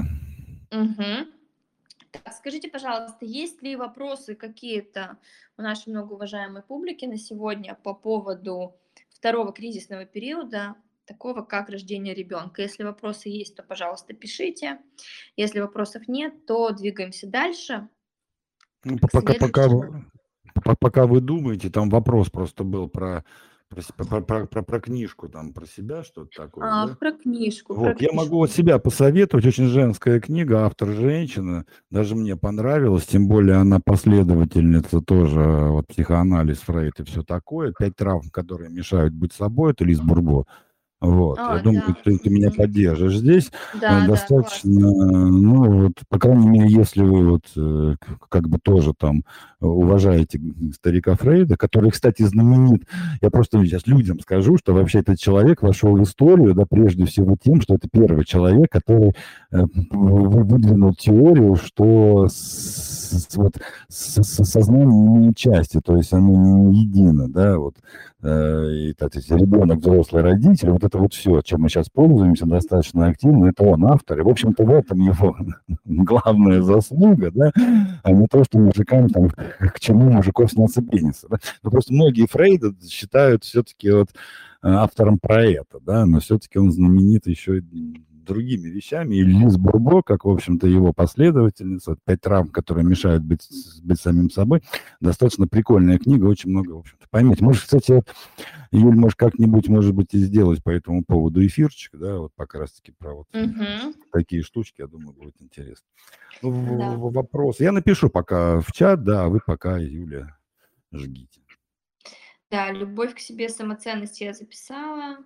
Мгм. Так, скажите, пожалуйста, есть ли вопросы какие-то у нашей многоуважаемой публики на сегодня по поводу второго кризисного периода, такого как рождение ребенка? Если вопросы есть, то, пожалуйста, пишите. Если вопросов нет, то двигаемся дальше Ну, к по- пока, пока, следующему. вы- по- пока вы думаете, там вопрос просто был про, про, с- про, про- про- про книжку, там, про себя, что-то такое, А, да? про книжку, про Вот, я могу от книжку. себя посоветовать, очень женская книга, автор женщина, даже мне понравилась, тем более она последовательница тоже, вот, психоанализ, Фрейд и все такое, пять травм, которые мешают быть собой, это Лиз Бурбо. Вот, я А, думаю, да. ты, ты меня Мгм. поддержишь здесь. Э, Да, да, достаточно, классно. ну, вот, по крайней мере, если вы вот э, к- как бы тоже там э, уважаете старика Фрейда, который, кстати, знаменит, я просто сейчас людям скажу, что вообще этот человек вошел в историю, да, прежде всего тем, что это первый человек, который э, вы- выдвинул теорию, что с, с- вот, с, с- сознание не имеет части, то есть оно не едино, да, вот э, и, так сказать, ребенок, взрослый родитель, вот это вот все, чем мы сейчас пользуемся достаточно активно, это он автор. И, в общем-то, в этом его главная заслуга, да, а не то, что мужикам там, к чему мужиков снятся пенисы. Да. Но просто многие Фрейда считают все-таки вот э, автором про это, да, но все-таки он знаменит еще и другими вещами. И Лиз Бурбо, как, в общем-то, его последовательница, вот «Пять травм, которые мешают быть, с- быть самим собой», достаточно прикольная книга, очень много, в общем-то, поймете. Может, кстати, Юль, может, как-нибудь, может быть, и сделать по этому поводу эфирчик, да, вот как раз-таки про вот Мгм. такие штучки, я думаю, будет интересно. Ну, Да. в- в- вопрос. Я напишу пока в чат, да, а вы пока, Юля, жгите. Да, любовь к себе, самоценность я записала.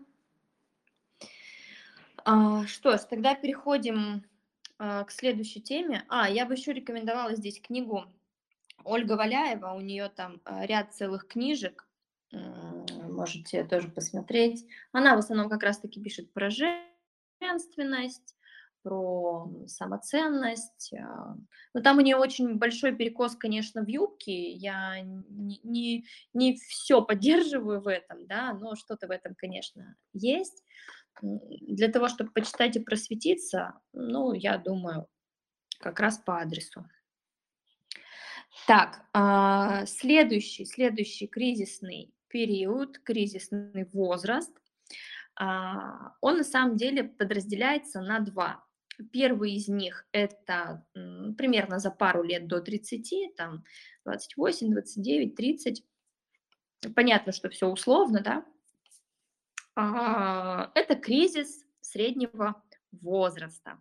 А, что ж, тогда переходим а, к следующей теме. А, я бы еще рекомендовала здесь книгу Ольга Валяева. У нее там а, ряд целых книжек. М, Можете тоже посмотреть. Она в основном как раз-таки пишет про женственность, про самоценность. а. Но там у нее очень большой перекос, конечно, в юбке. Я не, не, не все поддерживаю в этом, да, но что-то в этом, конечно, есть. М, Для того, чтобы почитать и просветиться, ну, я думаю, как раз по адресу. Так, а, следующий, следующий кризисный период, кризисный возраст, а, он на самом деле подразделяется на два. Первый из них это м, примерно за пару лет до тридцати, там двадцать восемь, двадцать девять, тридцать. Понятно, что все условно, да. А, Это кризис среднего возраста.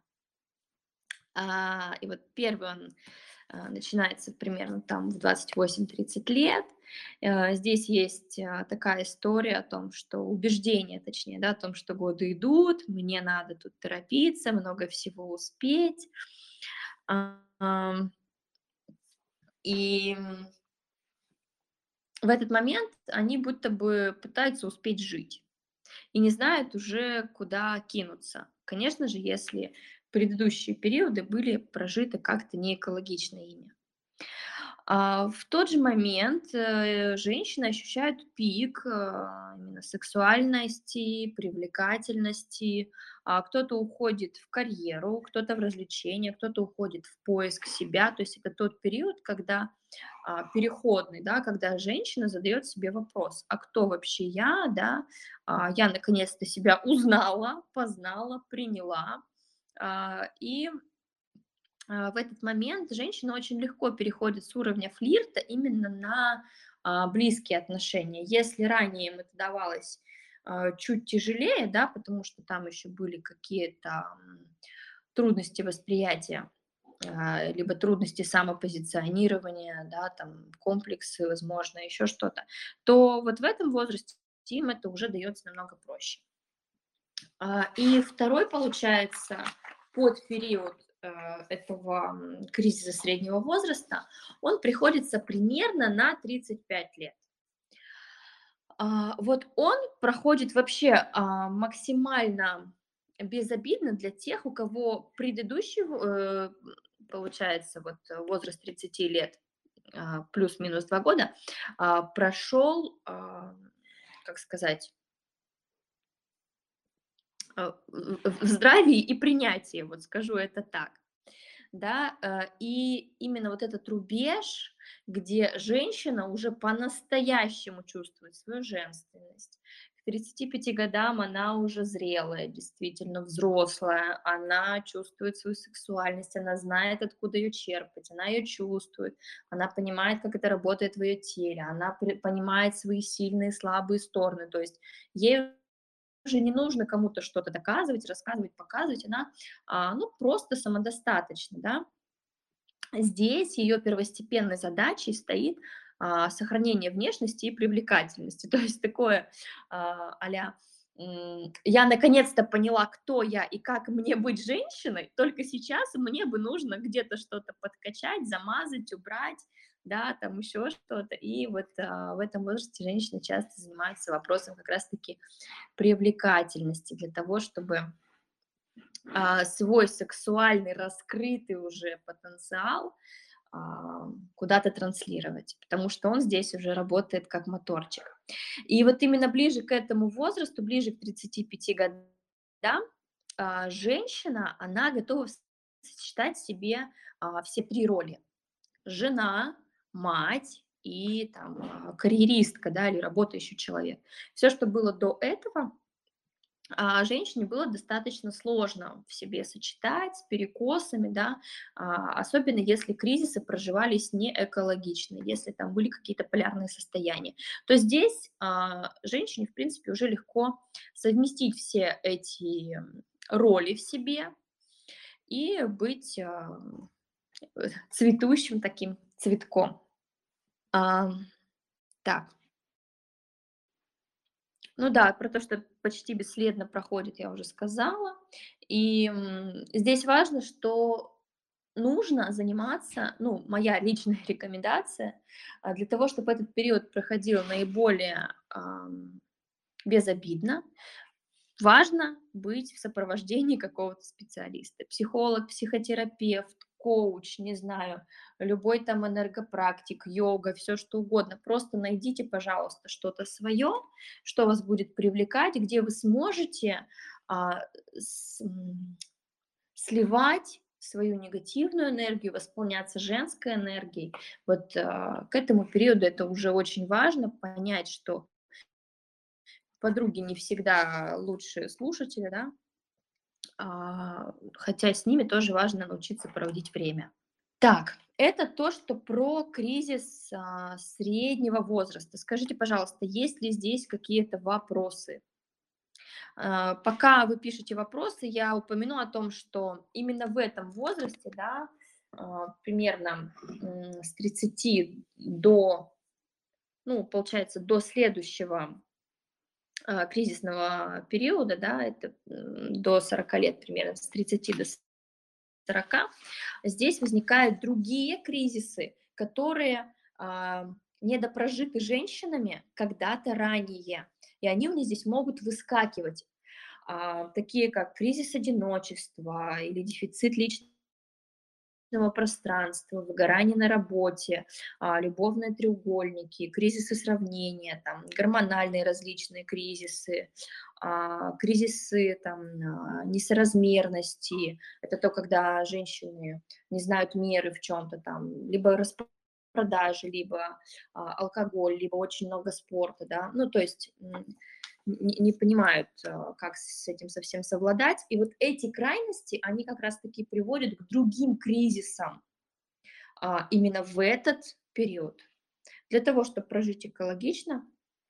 А, И вот первый он а, начинается примерно там в двадцать восемь тридцать лет. Э, Здесь есть а, такая история о том, что убеждение, точнее, да, о том, что годы идут, мне надо тут торопиться, много всего успеть. А, ам, И м, в этот момент они будто бы пытаются успеть жить и не знают уже, куда кинуться. Конечно же, если предыдущие периоды были прожиты как-то не экологично ими. А, в тот же момент, э, женщины ощущают пик, а, именно сексуальности, привлекательности. А, кто-то уходит в карьеру, кто-то в развлечения, кто-то уходит в поиск себя. То есть это тот период, когда а, переходный, да, когда женщина задает себе вопрос: а кто вообще я, да? А, я наконец-то себя узнала, познала, приняла. А, и а, в этот момент женщина очень легко переходит с уровня флирта именно на а, близкие отношения. Если ранее им это давалось а, чуть тяжелее, да, потому что там еще были какие-то м, трудности восприятия, а, либо трудности самопозиционирования, да, там комплексы, возможно, еще что-то, то вот в этом возрасте им это уже дается намного проще. А, И второй, получается, под период э, этого м, кризиса среднего возраста, он приходится примерно на тридцать пять лет. А, Вот он проходит вообще а, максимально безобидно для тех, у кого предыдущий, в- э, получается, вот э, возраст тридцати лет, а, плюс-минус два года, а, прошел, а, как сказать, а, в в здравии и принятии, вот скажу это так. Да, э, и именно вот этот рубеж, где женщина уже по-настоящему чувствует свою женственность. К тридцати пяти годам она уже зрелая, действительно взрослая, она чувствует свою сексуальность, она знает, откуда ее черпать, она ее чувствует, она понимает, как это работает в ее теле, она при- понимает свои сильные и слабые стороны, то есть ей уже не нужно кому-то что-то доказывать, рассказывать, показывать, она а, ну, просто самодостаточна, да. Здесь ее первостепенной задачей стоит а, сохранение внешности и привлекательности. То есть такое а, а-ля м, я наконец-то поняла, кто я и как мне быть женщиной, только сейчас мне бы нужно где-то что-то подкачать, замазать, убрать, да, там еще что-то. И вот а, в этом возрасте женщины часто занимаются вопросом как раз-таки привлекательности для того, чтобы а, свой сексуальный раскрытый уже потенциал а, куда-то транслировать, потому что он здесь уже работает как моторчик. И вот именно ближе к этому возрасту, ближе к тридцати пяти годам, а, женщина, она готова сочетать в себе а, все три роли: жена, мать и там а, карьеристка, да, или работающий человек. Все, что было до этого, а женщине было достаточно сложно в себе сочетать с перекосами, да, а, особенно если кризисы проживались не экологично, если там были какие-то полярные состояния, то здесь а, женщине, в принципе, уже легко совместить все эти м, роли в себе и быть а, э, цветущим таким цветком. А, так, ну да, про то, что почти бесследно проходит, я уже сказала. И м, здесь важно, что нужно заниматься, ну, моя личная рекомендация, а, для того, чтобы этот период проходил наиболее ам, безобидно, важно быть в сопровождении какого-то специалиста. Психолог, психотерапевт, коуч, не знаю, любой там энергопрактик, йога, все что угодно. Просто найдите, пожалуйста, что-то свое, что вас будет привлекать, где вы сможете а, с- м, сливать свою негативную энергию, восполняться женской энергией. Вот а, к этому периоду это уже очень важно понять, что подруги не всегда лучшие слушатели, да, а, хотя с ними тоже важно научиться проводить время. Так, это то, что про кризис а, среднего возраста. Скажите, пожалуйста, есть ли здесь какие-то вопросы? А, пока вы пишете вопросы, я упомяну о том, что именно в этом возрасте, да, а, примерно м, с тридцати до, ну, получается, до следующего а, кризисного периода, да, это м, до сорока лет примерно, с тридцати до сорока, здесь возникают другие кризисы, которые а, недопрожиты женщинами когда-то ранее. И они у меня здесь могут выскакивать, а, такие как кризис одиночества или дефицит личной личного пространства, выгорание на работе, а, любовные треугольники, кризисы сравнения, там, гормональные различные кризисы, а, кризисы там, а, несоразмерности. Это то, когда женщины не знают меры в чем-то там, либо распродажи, либо а, алкоголь, либо очень много спорта, да. Ну, то есть м, не, не понимают, а, как с этим совсем совладать. И вот эти крайности, они как раз-таки приводят к другим кризисам а, именно в этот период. Для того, чтобы прожить экологично,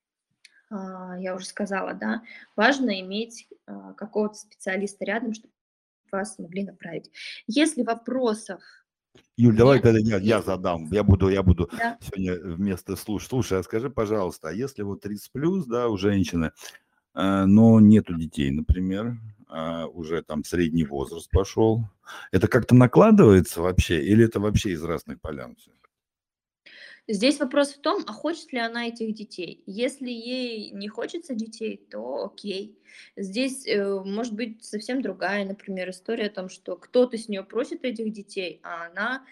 а, я уже сказала, да, важно иметь а, какого-то специалиста рядом, чтобы вас могли направить. Если вопросов Юль, давай нет, тогда я, я если... задам. Я буду, я буду Да. сегодня вместо слушай, слушай, а скажи, пожалуйста, а если вот тридцать плюс, да, у женщины, э, но нету детей, например, а, уже там средний возраст пошел, это как-то накладывается вообще, или это вообще из разных полян все? Здесь вопрос в том, а хочет ли она этих детей. Если ей не хочется детей, то окей. Здесь э, может быть совсем другая, например, история о том, что кто-то с нее просит этих детей, а она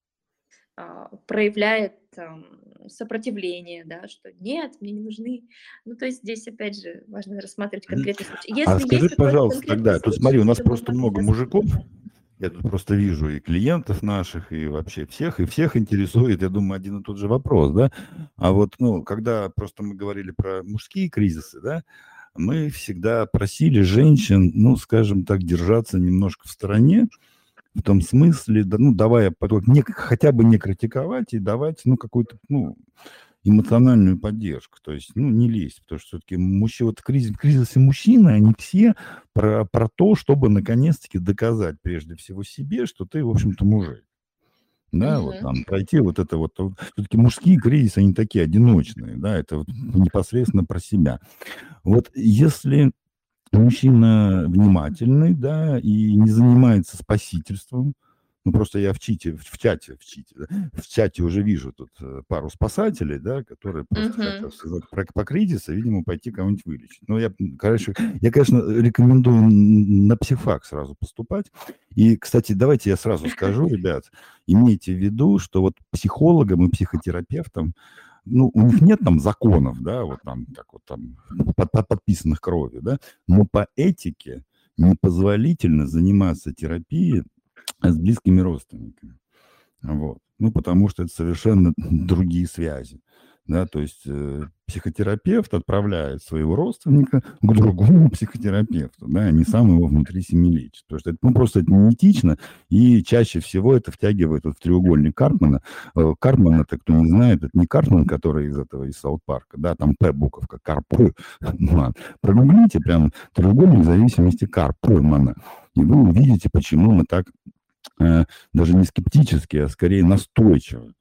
а, проявляет там, сопротивление, да, что нет, мне не нужны. Ну, то есть здесь, опять же, важно рассматривать Мгм. конкретный случай. А Если есть скажи, какой-то пожалуйста, конкретный тогда, тут смотри, случай, у нас то мы просто могли много рассмотреть. мужиков, я тут просто вижу и клиентов наших, и вообще всех, и всех интересует, я думаю, один и тот же вопрос, да. А вот, ну, когда просто мы говорили про мужские кризисы, да, мы всегда просили женщин, ну, скажем так, держаться немножко в стороне, в том смысле, да, ну, давая потом не, хотя бы не критиковать и давать, ну, какую-то, ну, эмоциональную поддержку. То есть, ну, не лезть, потому что все-таки мужчина, вот кризис, кризисы мужчины, они все про, про то, чтобы наконец-таки доказать прежде всего себе, что ты, в общем-то, мужик. Да, вот Мгм. там пройти вот это вот. Все-таки мужские кризисы, они такие одиночные, да, это вот непосредственно про себя. Вот если мужчина внимательный, да, и не занимается спасительством. Ну, просто я в чите, в в чате, в чите, да, в чате уже вижу тут э, пару спасателей, да, которые просто Мгм. хотят сказать про, по кризису, видимо, пойти кого-нибудь вылечить. Но я, м, короче, я, конечно, рекомендую н- на психфак сразу поступать. И, кстати, давайте я сразу скажу, ребят, имейте в виду, что вот психологам и психотерапевтам ну, у них нет там законов, да, вот там, как вот там, под- под- подписанных кровью, да, но по этике непозволительно заниматься терапией с близкими родственниками. Вот. Ну, потому что это совершенно другие связи. Да, то есть э, психотерапевт отправляет своего родственника к другому психотерапевту, да, а не сам его внутри семьи лечит. Потому что это, ну, просто это неэтично, и чаще всего это втягивает вот в треугольник Карпмана. Э, Карпман, это кто не знает, это не Карпман, который из этого, из Саут-парка, да, там П буковка, Карп. Ну, прогуглите прям треугольник зависимости Карпмана, и вы увидите, почему мы так э, даже не скептически, а скорее настойчиво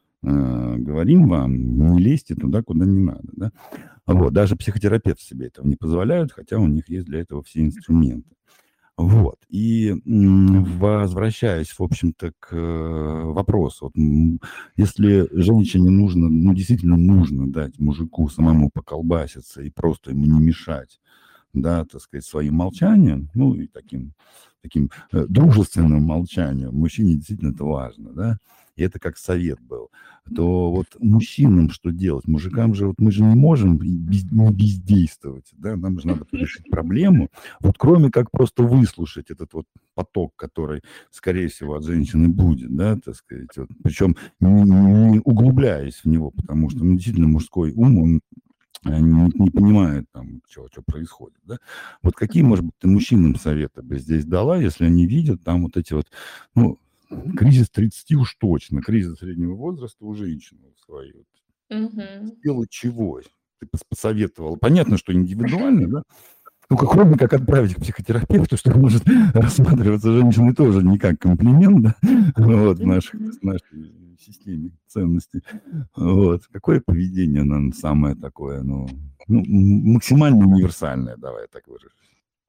э, говорим вам, не лезьте туда, куда не надо. Да? Вот, даже психотерапевты себе этого не позволяют, хотя у них есть для этого все инструменты. Вот. И м, возвращаясь, в общем-то, к э, вопросу, вот, м, если женщине нужно, ну, действительно нужно дать мужику самому поколбаситься и просто ему не мешать, да, так сказать, своим молчанием, ну, и таким, таким э, дружественным молчанием, мужчине действительно это важно, да, и это как совет был, то вот мужчинам что делать? Мужикам же, вот мы же не можем и без- не бездействовать, да, нам же надо решить проблему, вот кроме как просто выслушать этот вот поток, который, скорее всего, от женщины будет, да, так сказать, вот, причем не, не углубляясь в него, потому что, ну, действительно, мужской ум, он э, не, не понимает там, что, что происходит, да. Вот какие, может быть, ты мужчинам советы бы здесь дала, если они видят там вот эти вот, ну, кризис тридцати уж точно, кризис среднего возраста у женщины своей. Вот. Мгм. Сделать чего? Ты пос- посоветовала. Понятно, что индивидуально, да? Ну, как, кроме как отправить к психотерапевту, что может рассматриваться женщиной тоже не как комплимент, да? Вот, в наших, Мгм. в нашей системе ценностей. Вот. Какое поведение, наверное, самое такое, ну, ну, м- максимально универсальное, давай я так выражусь.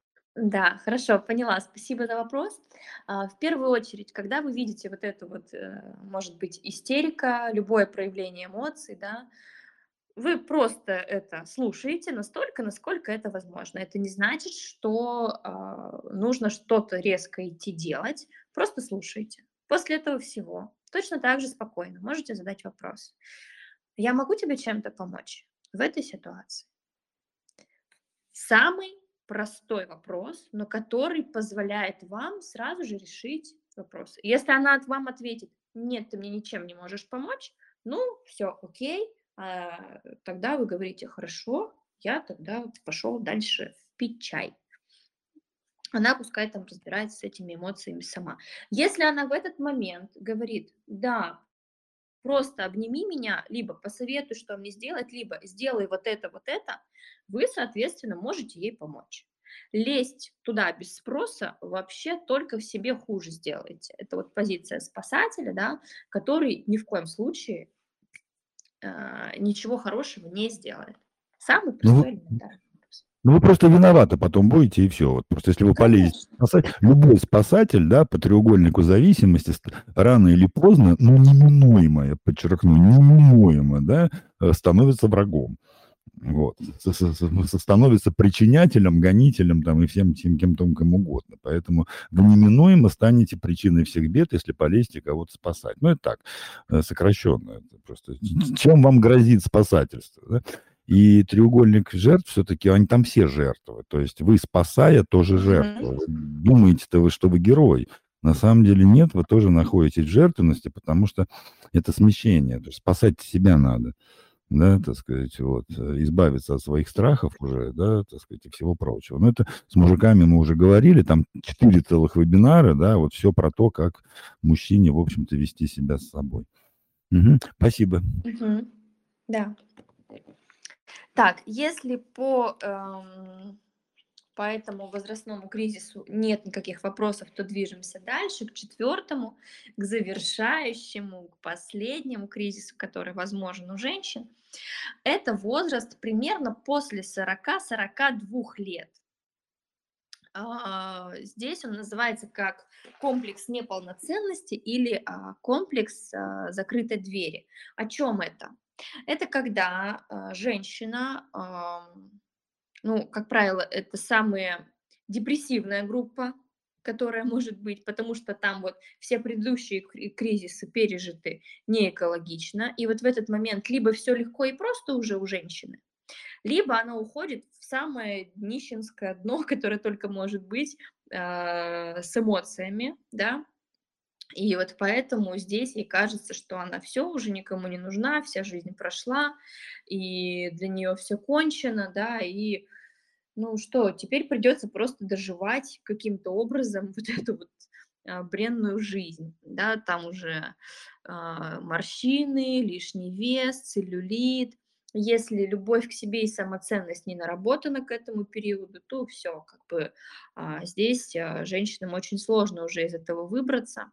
Да, хорошо, поняла. Спасибо за вопрос. А, В первую очередь, когда вы видите вот эту вот, э, может быть, истерика, любое проявление эмоций, да, вы просто это слушаете настолько, насколько это возможно. Это не значит, что а, нужно что-то резко идти делать. Просто слушайте. После этого всего точно так же спокойно можете задать вопрос: «Я могу тебе чем-то помочь в этой ситуации?» Самый простой вопрос, но который позволяет вам сразу же решить вопрос. Если она от вам ответит: «Нет, ты мне ничем не можешь помочь», ну, все, окей, а, тогда вы говорите: «Хорошо, я тогда пошел дальше пить чай». Она пускай там разбирается с этими эмоциями сама. Если она в этот момент говорит: «Да, просто обними меня, либо посоветуй, что мне сделать, либо сделай вот это, вот это», вы, соответственно, можете ей помочь. Лезть туда без спроса вообще только в себе хуже сделаете. Это вот позиция спасателя, да, который ни в коем случае а, ничего хорошего не сделает. Самый Ну, вы простой элементарный вопрос. ну, вы просто виноваты потом будете, и все. Вот просто если вы полезете Конечно. спасать, любой спасатель, да, по треугольнику зависимости ст рано или поздно, ну, неминуемо, я подчеркну, неминуемо, да, э, становится врагом. Вот. С с с становится причинятелем, гонителем там и всем всем кем там кем угодно. Поэтому вы неминуемо станете причиной всех бед, если полезете кого-то спасать. Ну, это так, э, сокращенно. Это просто чем вам грозит спасательство, да? И треугольник жертв все-таки, они там все жертвы. То есть вы, спасая, тоже жертва. Мгм. Вы думаете-то вы, что вы герой. На самом деле нет, вы тоже находитесь в жертвенности, потому что это смещение. То есть спасать себя надо. Да, так сказать, вот, э, избавиться от своих страхов уже, да, так сказать, и всего прочего. Но это с мужиками мы уже говорили, там четыре целых вебинара, да, вот все про то, как мужчине, в общем-то, вести себя с собой. Мгм. Спасибо. Мгм. Да. Так, если по, эм, по этому возрастному кризису нет никаких вопросов, то движемся дальше к четвертому, к завершающему, к последнему кризису, который возможен у женщин. Это возраст примерно после сорока-сорока двух лет. А, Здесь он называется как комплекс неполноценности или а, комплекс а, закрытой двери. О чем это? Это когда а, женщина, ам, ну, как правило, это самая депрессивная группа, которая может быть, потому что там вот все предыдущие кри- кризисы пережиты не экологично, и вот в этот момент либо все легко и просто уже у женщины, либо она уходит в самое нищенское дно, которое только может быть, а, с эмоциями, да. И вот поэтому здесь ей кажется, что она все уже никому не нужна, вся жизнь прошла, и для нее все кончено, да, и ну что, теперь придется просто доживать каким-то образом вот эту вот а, бренную жизнь, да, там уже а, морщины, лишний вес, целлюлит. Если любовь к себе и самоценность не наработана к этому периоду, то все, как бы а, здесь а, женщинам очень сложно уже из этого выбраться.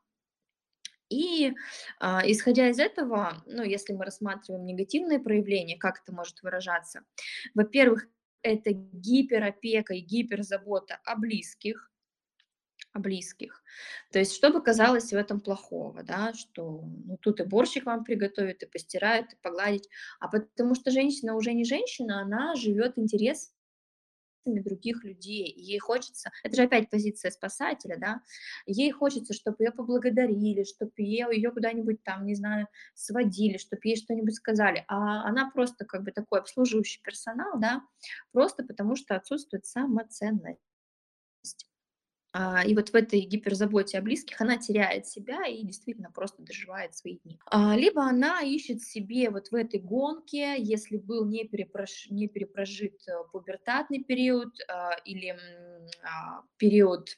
И а, исходя из этого, ну, если мы рассматриваем негативные проявления, как это может выражаться? Во-первых, это гиперопека и гиперзабота о близких, о близких. То есть что бы казалось в этом плохого, да, что ну, тут и борщик вам приготовит, и постирает, и погладить, а потому что женщина уже не женщина, она живет интересами других людей. И ей хочется, это же опять позиция спасателя, да, ей хочется, чтобы ее поблагодарили, чтобы ее, ее куда-нибудь там, не знаю, сводили, чтобы ей что-нибудь сказали. А она просто как бы такой обслуживающий персонал, да, просто потому что отсутствует самоценность. А, и вот в этой гиперзаботе о близких она теряет себя и действительно просто доживает свои дни. А, либо она ищет себе вот в этой гонке, если был не, перепрош... не перепрожит э, пубертатный период а, или м, а, период,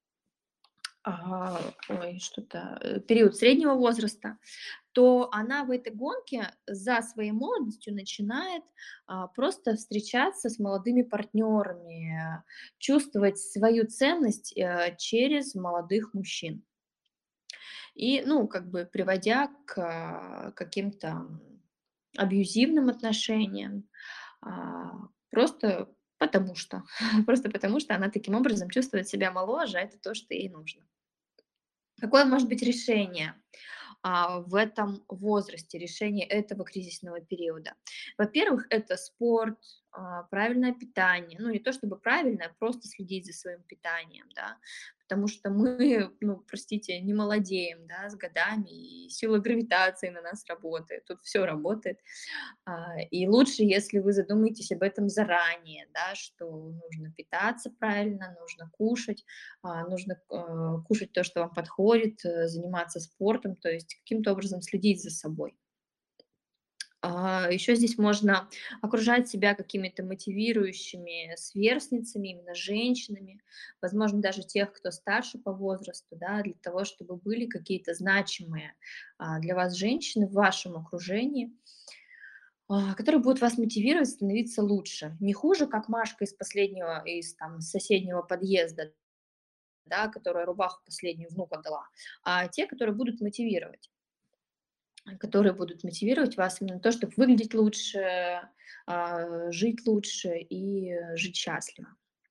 а, ой, что-то, э, период среднего возраста, то она в этой гонке за своей молодостью начинает а, просто встречаться с молодыми партнерами, чувствовать свою ценность э, через молодых мужчин. И, ну, как бы приводя к а, каким-то абьюзивным отношениям, а, просто потому что, просто потому что она таким образом чувствует себя моложе, а это то, что ей нужно. Какое может быть решение а, в этом возрасте, решение этого кризисного периода? Во-первых, это спорт, а, правильное питание. Ну, не то чтобы правильное, просто следить за своим питанием, да, потому что мы, ну, простите, не молодеем, да, с годами, и сила гравитации на нас работает, тут все работает. А, и лучше, если вы задумаетесь об этом заранее, да, что нужно питаться правильно, нужно кушать, а, нужно э, кушать то, что вам подходит, э, заниматься спортом, то есть каким-то образом следить за собой. А, еще здесь можно окружать себя какими-то мотивирующими сверстницами, именно женщинами, возможно, даже тех, кто старше по возрасту, да, для того, чтобы были какие-то значимые а, для вас женщины в вашем окружении, а, которые будут вас мотивировать становиться лучше. Не хуже, как Машка из последнего, из там соседнего подъезда, да, которая рубаху последнюю внука дала, а те, которые будут мотивировать. Которые будут мотивировать вас именно на то, чтобы выглядеть лучше, а, жить лучше и э, жить счастливо.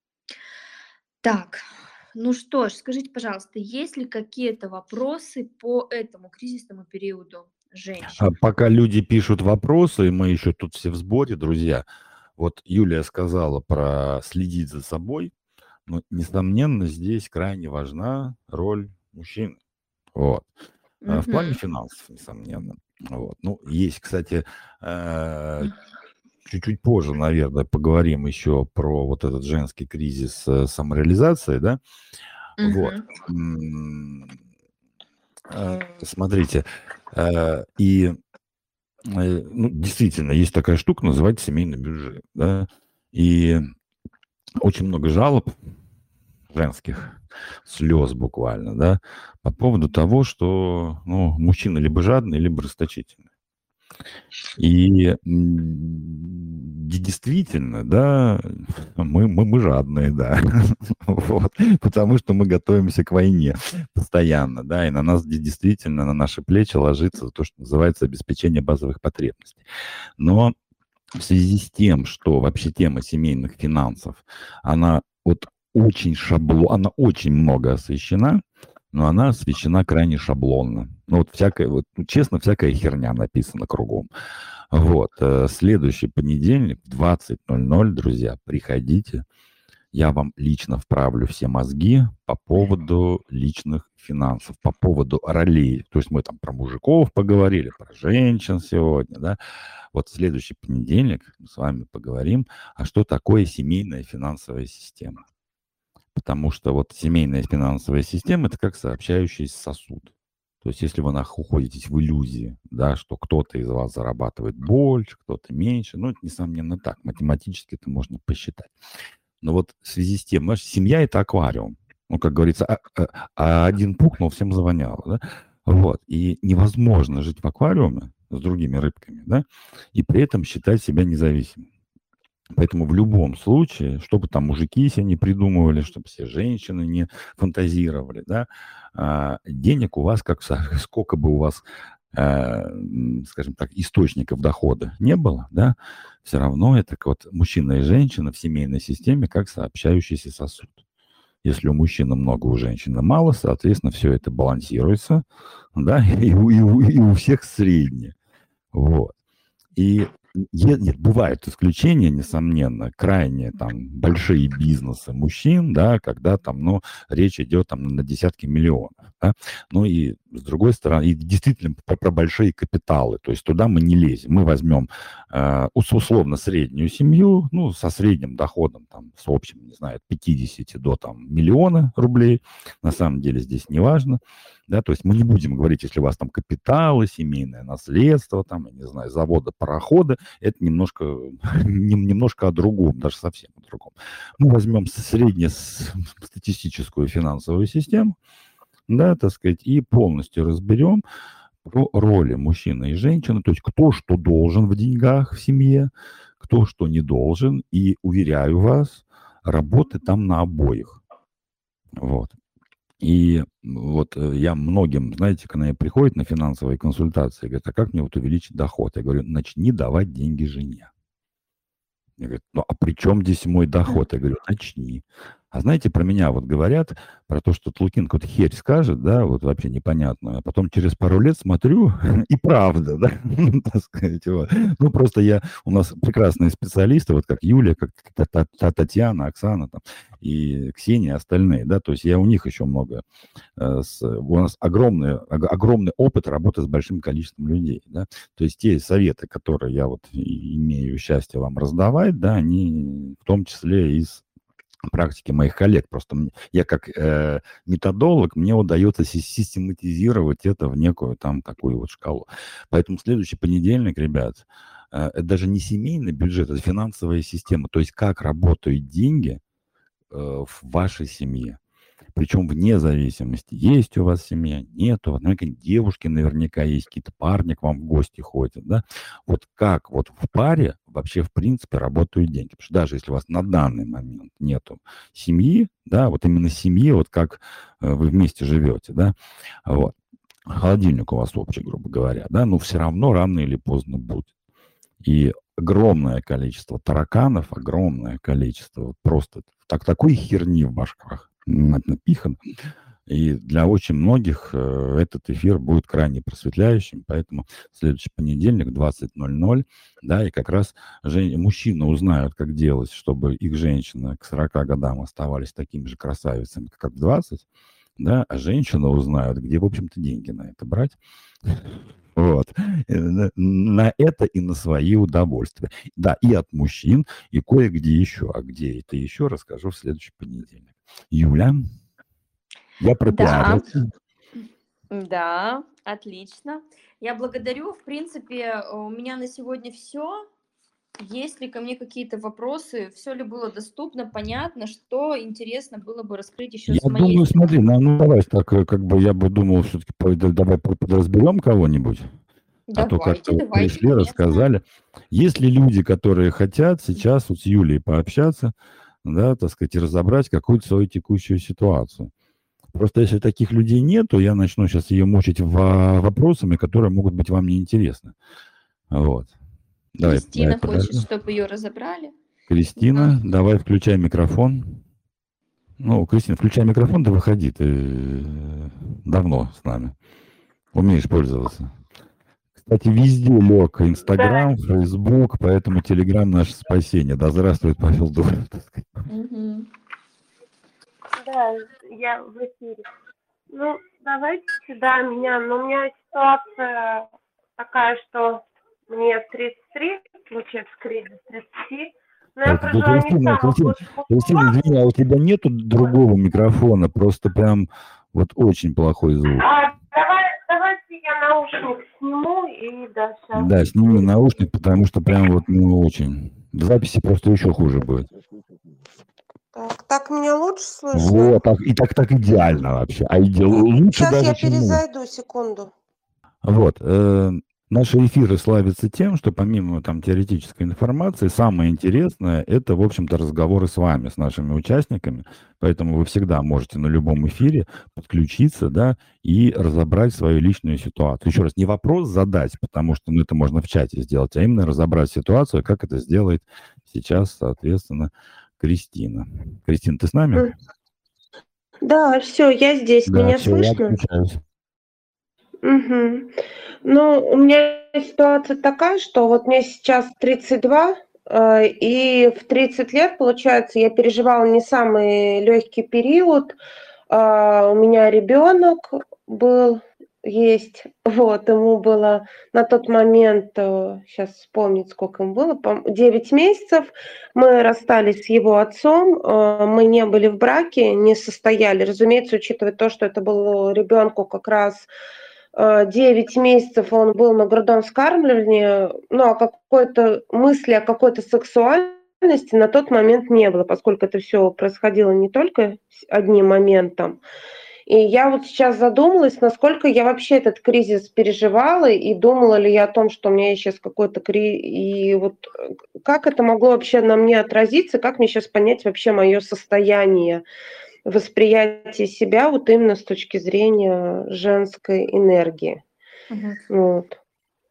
Так, ну что ж, скажите, пожалуйста, есть ли какие-то вопросы по этому кризисному периоду А женщин? пока люди пишут вопросы, и мы еще тут все в сборе, друзья. Вот Юлия сказала про следить за собой. Но, несомненно, здесь крайне важна роль мужчины. Вот. А, В плане Мгм. финансов, несомненно. Вот. Ну, есть, кстати, э, чуть-чуть позже, наверное, поговорим еще про вот этот женский кризис э, самореализации, да. Вот. Мгм. М, э, Смотрите, э, и э, ну, действительно, есть такая штука, называется семейный бюджет, да. И очень много жалоб женских, слез буквально, да, по поводу того, что, ну, мужчина либо жадный, либо расточительный. И м, де- действительно, да, мы, мы, мы жадные, да, вот, потому что мы готовимся к войне постоянно, да, и на нас де- действительно, на наши плечи ложится то, что называется обеспечение базовых потребностей. Но в связи с тем, что вообще тема семейных финансов, она вот очень шабло, она очень много освещена, но она освещена крайне шаблонно. Ну вот всякая, вот, ну, честно, всякая херня написана кругом. Вот, э, следующий понедельник в двадцать ноль ноль, друзья, приходите, я вам лично вправлю все мозги по поводу личных финансов, по поводу ролей. То есть мы там про мужиков поговорили, про женщин сегодня, да. Вот в следующий понедельник мы с вами поговорим, а что такое семейная финансовая система. Потому что вот семейная финансовая система – это как сообщающийся сосуд. То есть если вы находитесь в иллюзии, да, что кто-то из вас зарабатывает больше, кто-то меньше, ну, это несомненно так, математически это можно посчитать. Но вот в связи с тем, наша семья – это аквариум. Ну, как говорится, а, а- а один пукнул, всем завоняло, да? Вот. И невозможно жить в аквариуме с другими рыбками, да, и при этом считать себя независимым. Поэтому в любом случае, чтобы там мужики себе не придумывали, чтобы все женщины не фантазировали, да, а, денег у вас, как со- сколько бы у вас, э, м, скажем так, источников дохода не было, да, все равно это как вот мужчина и женщина в семейной системе как сообщающийся сосуд. Если у мужчины много, у женщины мало, соответственно, все это балансируется, да, и у, и у- и у всех среднее. Вот. И е нет, бывают исключения, несомненно, крайне там большие бизнесы мужчин, да, когда там, ну, речь идет там на десятки миллионов, да. Ну и с другой стороны, и действительно про про большие капиталы, то есть туда мы не лезем. Мы возьмем, э, ус условно среднюю семью, ну, со средним доходом там, с общим, не знаю, от пятидесяти до там миллиона рублей. На самом деле здесь неважно. Да, то есть мы не будем говорить, если у вас там капиталы, семейное наследство, там, я не знаю, заводы, пароходы, это немножко, нем- немножко о другом, даже совсем о другом. Мы возьмем среднестатистическую финансовую систему, да, так сказать, и полностью разберем про роли мужчины и женщины, то есть кто что должен в деньгах в семье, кто что не должен, и уверяю вас, работы там на обоих. Вот. И вот э, я многим, знаете, когда мне приходят на финансовые консультации, говорят, а как мне вот увеличить доход? Я говорю, начни давать деньги жене. Я говорю, ну а при чем здесь мой доход? Я говорю, начни. А знаете, про меня вот говорят, про то, что Лукин какую-то херь скажет, да, вот вообще непонятную, а потом через пару лет смотрю, и правда, да, ну, так сказать, вот. Ну, просто я, у нас прекрасные специалисты, вот как Юлия, как Та- Та- Та- Татьяна, Оксана там, и Ксения, и остальные, да, то есть я у них еще много, э, с- у нас огромный, ог- огромный опыт работы с большим количеством людей, да, то есть те советы, которые я вот и- имею счастье вам раздавать, да, они в том числе из практики моих коллег. Просто мне- я как э, методолог, мне удается си- систематизировать это в некую там такую вот шкалу. Поэтому следующий понедельник, ребят, э, это даже не семейный бюджет, это финансовая система. То есть как работают деньги э, в вашей семье. Причем вне зависимости, есть у вас семья, нет у вас, наверняка девушки наверняка есть, какие-то парни к вам в гости ходят, да. Вот как вот в паре вообще в принципе работают деньги? Потому что даже если у вас на данный момент нету семьи, да, вот именно семьи, вот как э, вы вместе живете, да, вот, холодильник у вас общий, грубо говоря, да, но все равно рано или поздно будет. И огромное количество тараканов, огромное количество вот просто так, такой херни в башках на- напихано. И для очень многих э, этот эфир будет крайне просветляющим, поэтому следующий понедельник, двадцать ноль ноль, да, и как раз жен... мужчины узнают, как делать, чтобы их женщины к сорока годам оставались такими же красавицами, как в двадцать, да, а женщины узнают, где, в общем-то, деньги на это брать. Вот. Э, На на это и на свои удовольствия. Да, и от мужчин, и кое-где еще. А где это еще, расскажу в следующий понедельник. Юля, я Да, пропиарился. да, отлично. Я благодарю. В принципе, у меня на сегодня все. Есть ли ко мне какие-то вопросы? Все ли было доступно, понятно, что интересно было бы раскрыть еще Я с моей думаю, смотри, стороны? ну, ну давай так, э, как бы я бы думал, все-таки давай под- подразберем кого-нибудь, а то Давайте, как-то вот давайте, пришли, конечно. рассказали. Есть ли люди, которые хотят сейчас вот с Юлей пообщаться, да, так сказать, и разобрать какую-то свою текущую ситуацию? Просто если таких людей нет, то я начну сейчас ее мучить во- вопросами, которые могут быть вам неинтересны. Вот. Давай, давай Кристина хочет, подожди. чтобы ее разобрали. Да. Кристина, давай включай микрофон. Ну, Кристина, включай микрофон, да выходи. Ты э, давно с нами. Умеешь пользоваться. Кстати, везде лег Да, Инстаграм, Фейсбук, поэтому Телеграм наше спасение. Да здравствует Павел Дуров. так сказать. Мгм. да, я в эфире. Ну, давайте сюда меня. Но у меня ситуация такая, что мне тридцать три, получается, кризис тридцати. Но я Так, да, проживаю не в Кристина, самых Кристина, лучших Кристина, условиях. извини, а у тебя нету другого микрофона? Просто прям вот очень плохой звук. А, давай, давайте я наушник сниму и да, сейчас. Да, сними наушник, потому что прям вот ну очень. В записи просто еще хуже будет. Так, так меня лучше слышно? Вот, так, и так, так идеально вообще. А иде... Так, лучше сейчас даже, я чем мы. перезайду, секунду. Вот. э, наши эфиры славятся тем, что помимо там теоретической информации, самое интересное – это, в общем-то, разговоры с вами, с нашими участниками. Поэтому вы всегда можете на любом эфире подключиться, да, и разобрать свою личную ситуацию. Еще раз, не вопрос задать, потому что ну, это можно в чате сделать, а именно разобрать ситуацию, как это сделает сейчас, соответственно, Кристина. Кристина, ты с нами? М. Да, все, я здесь. Да, Меня все, я слышно? отключаюсь. Мгм. Ну, у меня ситуация такая, что вот мне сейчас тридцать два, э, и в тридцать лет, получается, я переживала не самый легкий период. А, у меня ребенок был, есть, вот, ему было на тот момент, сейчас вспомнить, сколько ему было, пом- девять месяцев. Мы расстались с его отцом, э, мы не были в браке, не состояли. Разумеется, учитывая то, что это был ребенку как раз э, девять месяцев, он был на грудном вскармливании, ну, а какой-то мысли о какой-то сексуальности на тот момент не было, поскольку это все происходило не только с одним моментом. И я вот сейчас задумалась, насколько я вообще этот кризис переживала, и думала ли я о том, что у меня есть сейчас какой-то кризис, и вот э, как это могло вообще на мне отразиться, как мне сейчас понять вообще мое состояние восприятия себя вот именно с точки зрения женской энергии. Мгм. Вот.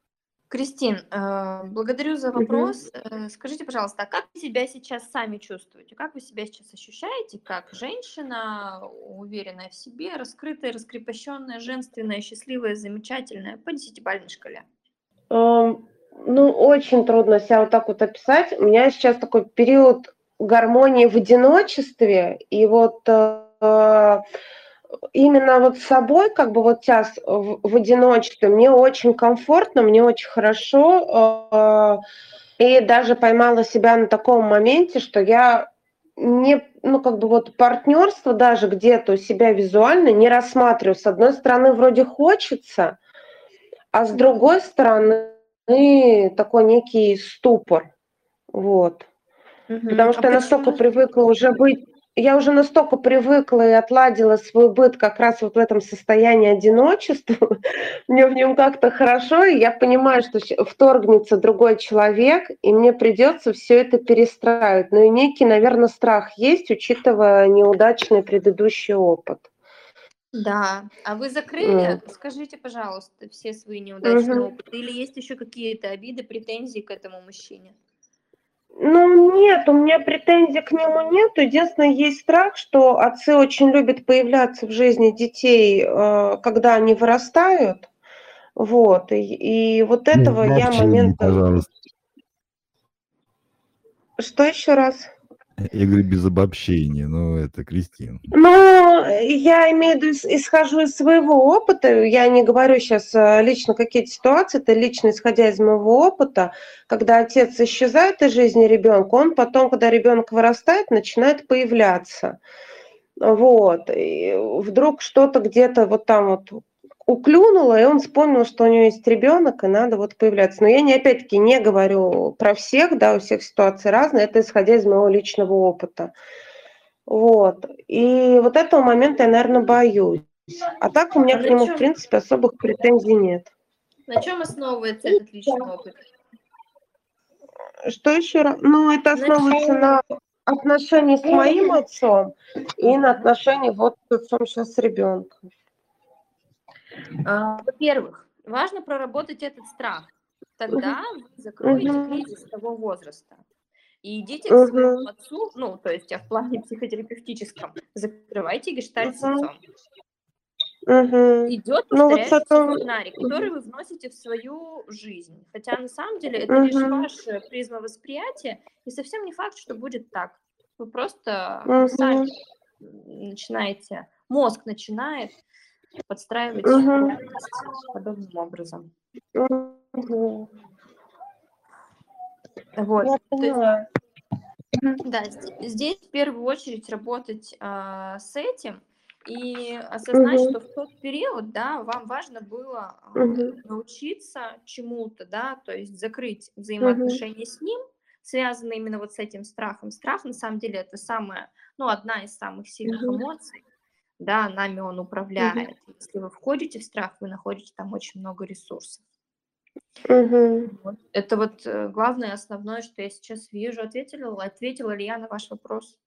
Кристин, э, благодарю за Мгм. вопрос. Э, Скажите, пожалуйста, а как вы себя сейчас сами чувствуете? Как вы себя сейчас ощущаете как женщина, уверенная в себе, раскрытая, раскрепощенная, женственная, счастливая, замечательная по десятибалльной шкале? Ам, ну, очень трудно себя вот так вот описать. У меня сейчас такой период гармонии в одиночестве, и вот э, именно вот с собой, как бы вот сейчас в, в одиночестве, мне очень комфортно, мне очень хорошо, э, и даже поймала себя на таком моменте, что я не, ну, как бы вот партнерство даже где-то у себя визуально не рассматриваю. С одной стороны, вроде хочется, а с другой стороны, такой некий ступор. Вот. Мгм. Потому А что я настолько почему? привыкла уже быть, я уже настолько привыкла и отладила свой быт как раз вот в этом состоянии одиночества. Мне в нем как-то хорошо, и я понимаю, что щ- вторгнется другой человек, и мне придется все это перестраивать. Но и некий, наверное, страх есть, учитывая неудачный предыдущий опыт. Да. А вы закрыли, Вот. скажите, пожалуйста, все свои неудачные Мгм. опыты? Или есть еще какие-то обиды, претензии к этому мужчине? Ну, нет, у меня претензий к нему нет. Единственное, есть страх, что отцы очень любят появляться в жизни детей, э, когда они вырастают. Вот. И, и вот Без этого я обобщений, моментом... пожалуйста. Что еще раз? Я говорю, без обобщений, но это Кристина. Ну, я имею в виду, ис- исхожу из своего опыта, я не говорю сейчас лично какие-то ситуации, это лично исходя из моего опыта, когда отец исчезает из жизни ребенка, он потом, когда ребенок вырастает, начинает появляться. Вот. И вдруг что-то где-то вот там вот уклюнуло, и он вспомнил, что у него есть ребенок, и надо вот появляться. Но я не, опять-таки не говорю про всех, да, у всех ситуации разные, это исходя из моего личного опыта. Вот. И вот этого момента я, наверное, боюсь. А так у А меня к на нему, в чем, принципе, особых претензий нет. на чем основывается этот личный опыт? Что еще раз? Ну, это На чем? основывается на отношении с моим отцом и на Мгм. отношении вот с отцом сейчас с ребенком. А, Во-первых, важно проработать этот страх. Тогда вы закроете Мгм. кризис того возраста. И идите к своему Мгм. отцу, ну, то есть а в плане психотерапевтическом, закрывайте гештальт с Мгм. отцом. Мгм. Идет Ну, вот с повторяющийся этого... сценарий, который вы вносите в свою жизнь. Хотя на самом деле это лишь Мгм. ваша призма восприятия, и совсем не факт, что будет так. Вы просто сами Мгм. начинаете, мозг начинает подстраивать Мгм. реальность подобным образом. Мгм. Вот. Я То есть, поняла. да, зде- здесь в первую очередь работать а, с этим и осознать, Мгм. что в тот период, да, вам важно было а, Мгм. научиться чему-то, да, то есть закрыть Мгм. взаимоотношения с ним, связанные именно вот с этим страхом. Страх, на самом деле, это самая, ну, одна из самых сильных Мгм. эмоций, да, нами он Мгм. управляет. Если вы входите в страх, вы находите там очень много ресурсов. Мгм. Вот. Это вот э, главное, основное, что я сейчас вижу. Ответила, ответила ли я на ваш вопрос?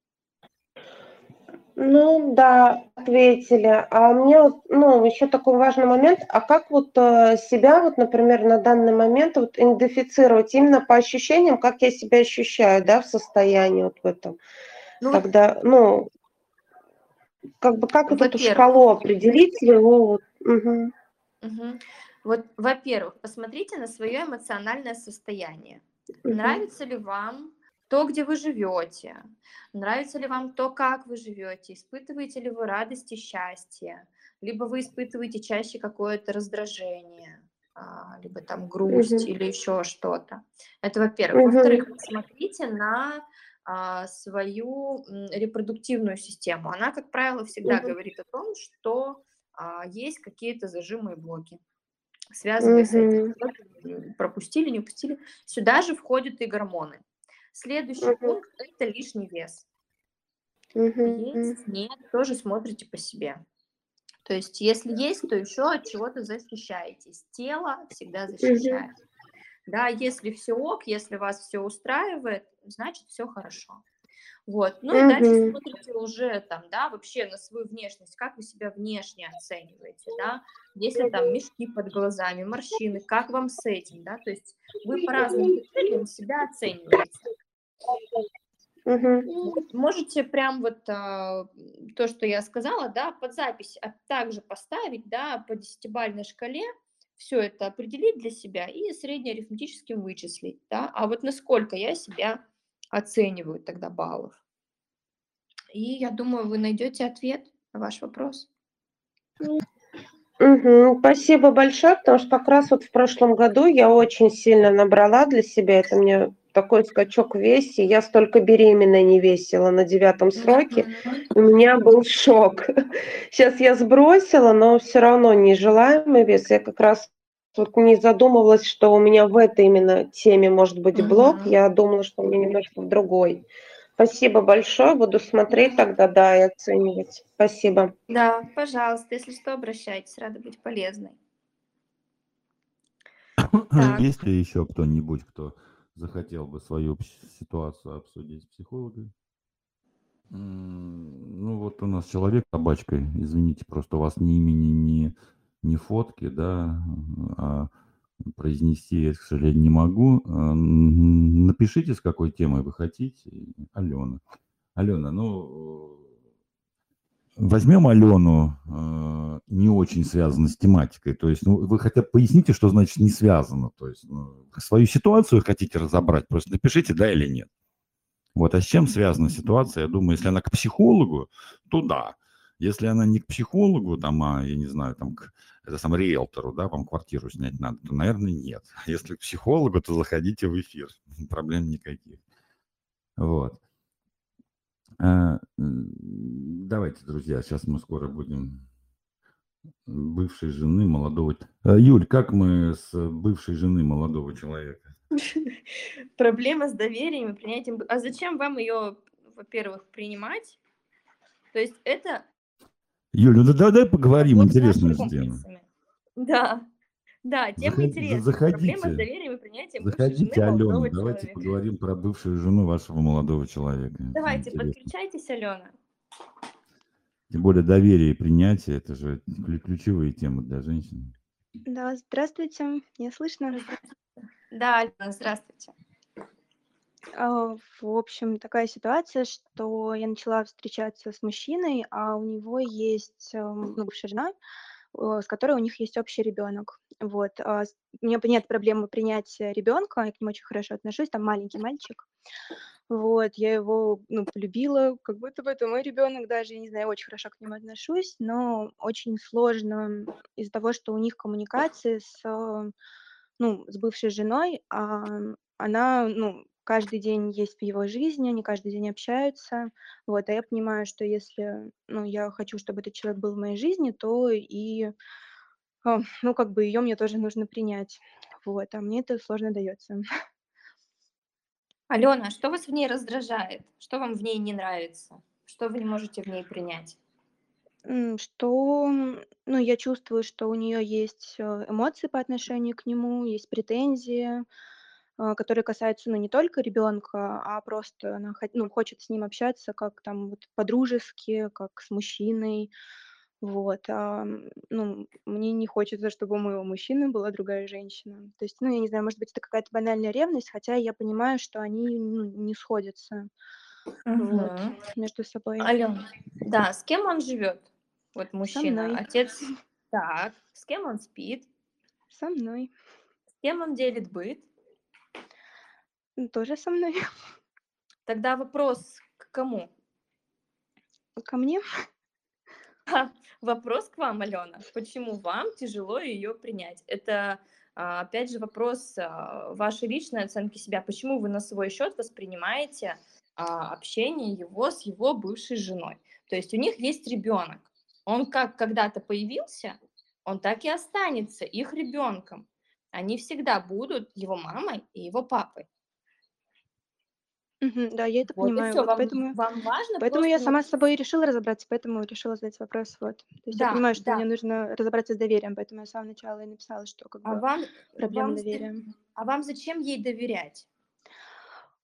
Ну да, ответили. А мне вот, ну, еще такой важный момент, а как вот э, себя вот, например, на данный момент вот идентифицировать именно по ощущениям, как я себя ощущаю, да, в состоянии вот в этом, Ну вот, когда, ну, как бы как вот эту во-первых, шкалу определить своего вот. Мгм. мгм. Вот, во-первых, посмотрите на свое эмоциональное состояние. Мгм. Нравится ли вам то, где вы живете? Нравится ли вам то, как вы живете? Испытываете ли вы радость и счастье? Либо вы испытываете чаще какое-то раздражение, а, либо там грусть Мгм. или еще что-то. Это во-первых. Мгм. Во-вторых, посмотрите на а, свою м, репродуктивную систему. Она, как правило, всегда Мгм. говорит о том, что а, есть какие-то зажимы и блоки, связанные с этим. Мгм. Что-то м, пропустили, не упустили. Сюда же входят и гормоны. Следующий Мгм. пункт – это лишний вес. Мгм. Есть, нет, тоже смотрите по себе. То есть, если есть, то еще от чего-то защищаетесь. Тело всегда Мгм. защищает. Да, если все ок, если вас все устраивает, значит все хорошо. Вот. Ну и дальше Мгм. смотрите уже там, да, вообще на свою внешность, как вы себя внешне оцениваете, да, если там мешки под глазами, морщины, как вам с этим, да, то есть вы по разным критериям себя оцениваете. Мгм. Вот. Можете прям вот а, то, что я сказала, да, под запись а также поставить, да, по десятибалльной шкале, все это определить для себя и среднеарифметическим вычислить, да, а вот насколько я себя оцениваю тогда баллов. И я думаю, вы найдете ответ на ваш вопрос. Мгм. Спасибо большое, потому что как раз вот в прошлом году я очень сильно набрала для себя. Это мне такой скачок в весе. Я столько беременной не весила на девятом сроке. Мгм. У меня был шок. Сейчас я сбросила, но все равно нежелаемый вес. Я как раз вот не задумывалась, что у меня в этой именно теме может быть блок. Мгм. Я думала, что у меня немножко в другой. Спасибо большое. Буду смотреть тогда, да, и оценивать. Спасибо. Да, пожалуйста, если что, обращайтесь, рада быть полезной. Так, Есть ли еще кто-нибудь, кто захотел бы свою пс- ситуацию обсудить с психологом? М, Ну вот у нас человек с собачкой, извините, просто у вас ни имени, ни, ни фотки, да, а произнести я, к сожалению, не могу. А, м, Напишите, с какой темой вы хотите. Алена. Алена, ну, возьмем Алену, э, не очень связано с тематикой. То есть, ну, вы хотя бы поясните, что значит не связано. То есть, ну, свою ситуацию хотите разобрать, просто напишите, да или нет. Вот, а с чем связана ситуация? Я думаю, если она к психологу, то да. Если она не к психологу, там, а, я не знаю, там, к это сам риэлтору, да, вам квартиру снять надо, то, наверное, нет. Если к психологу, то заходите в эфир, проблем никаких. Вот. А, м, Давайте, друзья, сейчас мы скоро будем бывшей жены молодого... А, Юль, как мы с бывшей жены молодого человека? проблема с доверием и принятием. А зачем вам ее, во-первых, принимать? То есть это Юль, ну да давай поговорим, работа с интересная вашими же тема. комплексами. Да, да, тема Заход- за- интересная. Проблема с Заходите. доверием и принятием бывшей жены Заходите, Алена, молодого давайте человека. поговорим про бывшую жену вашего молодого человека. Это Давайте, интересно. подключайтесь, Алена. Тем более доверие и принятие, это же клю- ключевые темы для женщин. Да, здравствуйте, меня слышно? Да, Алена, здравствуйте. А, В общем, такая ситуация, что я начала встречаться с мужчиной, а у него есть эм, ну, бывшая жена, э, с которой у них есть общий ребенок. Вот. а с- У меня нет проблемы принятия ребенка, я к нему очень хорошо отношусь, там маленький мальчик. Вот, я его, ну, полюбила, как будто бы это мой ребенок даже, я не знаю, очень хорошо к нему отношусь, но очень сложно из-за того, что у них коммуникации с, э, ну, с бывшей женой, а, она, ну, каждый день есть в его жизни, они каждый день общаются. Вот, а я понимаю, что если, ну, я хочу, чтобы этот человек был в моей жизни, то и, а, ну, как бы ее мне тоже нужно принять. Вот, а мне это сложно дается. Алена, что вас в ней раздражает? Что вам в ней не нравится? Что вы не можете в ней принять? М, что, м, ну, я чувствую, что у нее есть, э, эмоции по отношению к нему, есть претензии, а, которые касаются, ну, не только ребенка, а просто она хот ну, хочет с ним общаться как там вот по-дружески, как с мужчиной. Вот, а, м, ну, мне не хочется, чтобы у моего мужчины была другая женщина. То есть, ну, я не знаю, может быть, это какая-то банальная ревность, хотя я понимаю, что они, ну, не сходятся, вот, Угу. между собой. Алена, да, с кем он живет? Вот Со мужчина, мной, отец. Так, с кем он спит? со мной, С кем он делит быт? м, тоже со мной. Тогда вопрос к кому? Ко мне? Ха, вопрос к вам, Алена. Почему вам тяжело ее принять? Это, а, опять же, вопрос а, вашей личной оценки себя. Почему вы на свой счет воспринимаете а, общение его с его бывшей женой? То есть у них есть ребенок. Он как когда-то появился, он так и останется их ребенком. Они всегда будут его мамой и его папой. Мгм. Да, я это Вот и понимаю. все. Вот Вам, поэтому вам важно поэтому я просто сама с научиться. собой и решила разобраться, поэтому решила задать вопрос. Вот. То есть я Да, понимаю, что мне да. нужно разобраться с доверием, поэтому я с самого начала и написала, что как А бы вам, проблема вам, доверия. а вам зачем ей доверять?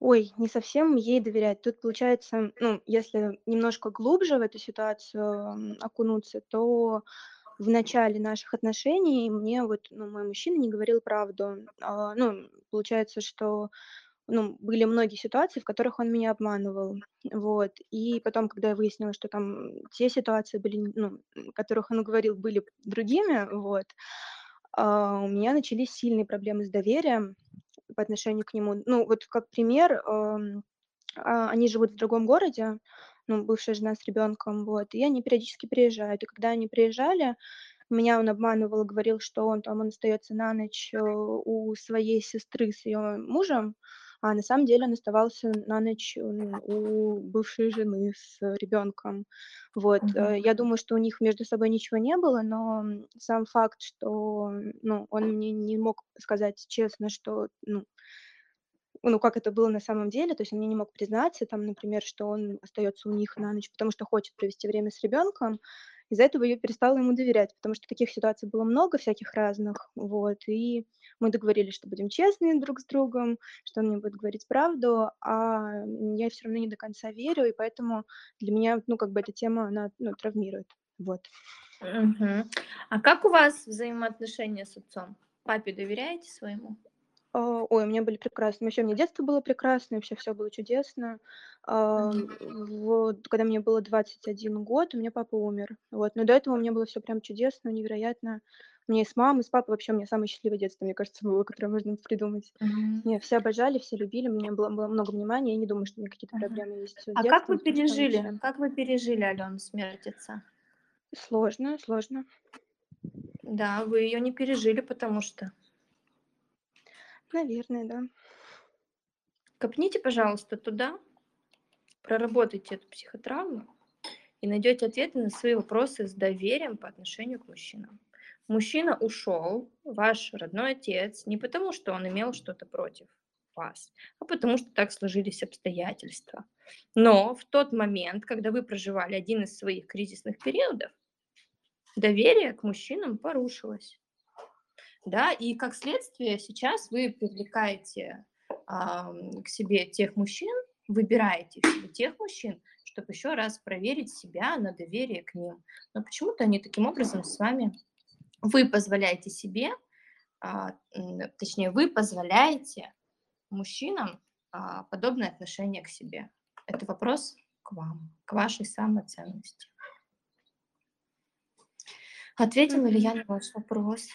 Ой, не совсем ей доверять. Тут получается, ну, если немножко глубже в эту ситуацию м, окунуться, то в начале наших отношений мне вот, ну, мой мужчина не говорил правду. А, ну, получается, что, ну, были многие ситуации, в которых он меня обманывал. Вот. И потом, когда я выяснила, что там те ситуации были, н- ну, м, которых он говорил, были другими, вот, а, у меня начались сильные проблемы с доверием по отношению к нему. Ну, вот как пример, ам, а, они живут в другом городе, ну, бывшая жена с ребенком, вот, и они периодически приезжают. И когда они приезжали, меня он обманывал, говорил, что он там, он остается на ночь э, у своей сестры с ее мужем, а на самом деле он оставался на ночь м, у бывшей жены с ребенком. Вот. э, Мгм. Я думаю, что у них между собой ничего не было, но м, сам факт, что ну, он мне не мог сказать честно, что ну, ну, как это было на самом деле. То есть он мне не мог признаться, там, например, что он остается у них на ночь, потому что хочет провести время с ребенком. Из-за этого я перестала ему доверять, потому что таких ситуаций было много всяких разных, вот. И мы договорились, что будем честны друг с другом, что он мне будет говорить правду, а я все равно не до конца верю, и поэтому для меня, ну, как бы эта тема, она, ну, травмирует. Вот. Мгм. А как у вас взаимоотношения с отцом? Папе доверяете своему? А, ой, у меня были прекрасные. Вообще, у меня детство было прекрасное, вообще все было чудесно. А, Мгм. вот когда мне было двадцать один год, у меня папа умер. Вот, но до этого у меня было все прям чудесно, невероятно. Мне и с мамой, и с папой вообще у меня самое счастливое детство, мне кажется, было, которое можно придумать. Мгм. Меня все обожали, все любили, мне было было много внимания. Я не думаю, что у меня какие-то Мгм. проблемы есть с А как вы детством, потому что пережили? вообще Как вы пережили, Алену, смерть отца? сложно, сложно. Да, вы ее не пережили, потому что. Наверное, да. Копните, пожалуйста, туда, проработайте эту психотравму и найдете ответы на свои вопросы с доверием по отношению к мужчинам. Мужчина ушел, ваш родной отец, не потому, что он имел что-то против вас, а потому что так сложились обстоятельства. Но в тот момент, когда вы проживали один из своих кризисных периодов, доверие к мужчинам порушилось. Да, и как следствие сейчас вы привлекаете а, к себе тех мужчин, выбираете к себе тех мужчин, чтобы еще раз проверить себя на доверие к ним. Но почему-то они таким образом с вами, вы позволяете себе, а, м, точнее, вы позволяете мужчинам а, подобное отношение к себе. Это вопрос к вам, к вашей самоценности. Ответила ли Мгм. я на ваш вопрос?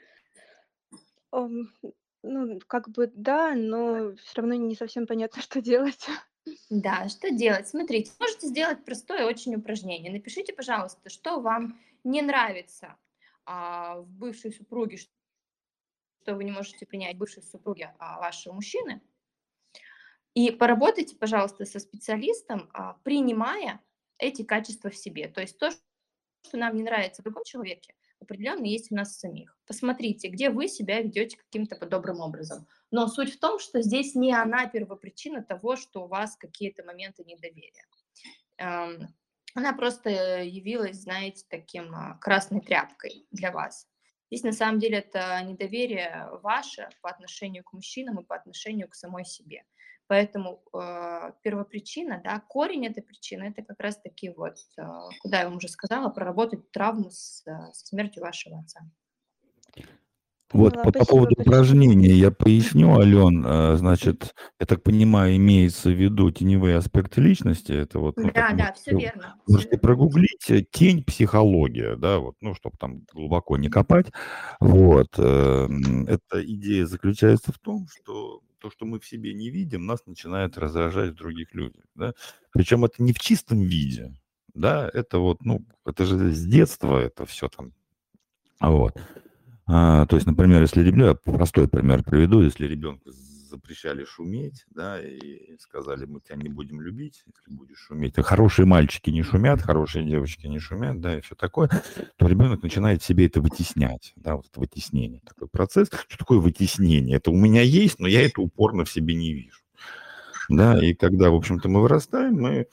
Ам, ну, как бы да, но все равно не совсем понятно, что делать. Да, что делать? Смотрите, можете сделать простое очень упражнение. Напишите, пожалуйста, что вам не нравится а, в бывшей супруге, что вы не можете принять в бывшей супруге а, вашего мужчины. И поработайте, пожалуйста, со специалистом, а, принимая эти качества в себе. То есть то, что нам не нравится в другом человеке, определенно есть у нас самих. Посмотрите, где вы себя ведете каким-то подобным образом. Но суть в том, что здесь не она первопричина того, что у вас какие-то моменты недоверия. Эм, Она просто явилась, знаете, таким а, красной тряпкой для вас. Здесь на самом деле это недоверие ваше по отношению к мужчинам и по отношению к самой себе. Поэтому э, первопричина, да, корень этой причины, это как раз-таки вот, э, куда я вам уже сказала, проработать травму с, э, со смертью вашего отца. Вот Поняла, по, по спасибо поводу большое. упражнения я поясню, Ален. э, Значит, я так понимаю, имеется в виду теневые аспекты личности. Это вот, ну, так Да, да, можете, все верно, все можете верно. прогуглить э, тень психология, да, вот, ну, чтобы там глубоко не копать. Вот. эм, Эта идея заключается в том, что то, что мы в себе не видим, нас начинает раздражать в других людях, да. Причем это не в чистом виде, да, это вот, ну, это же с детства это все там. Вот. А, то есть, например, если ребенок, простой пример приведу, если ребенку запрещали шуметь, да, и сказали, мы тебя не будем любить, если будешь шуметь. А хорошие мальчики не шумят, хорошие девочки не шумят, да, и все такое, то ребенок начинает себе это вытеснять, да, вот это вытеснение, такой процесс. Что такое вытеснение? Это у меня есть, но я это упорно в себе не вижу. Да, и когда, в общем-то, мы вырастаем, мы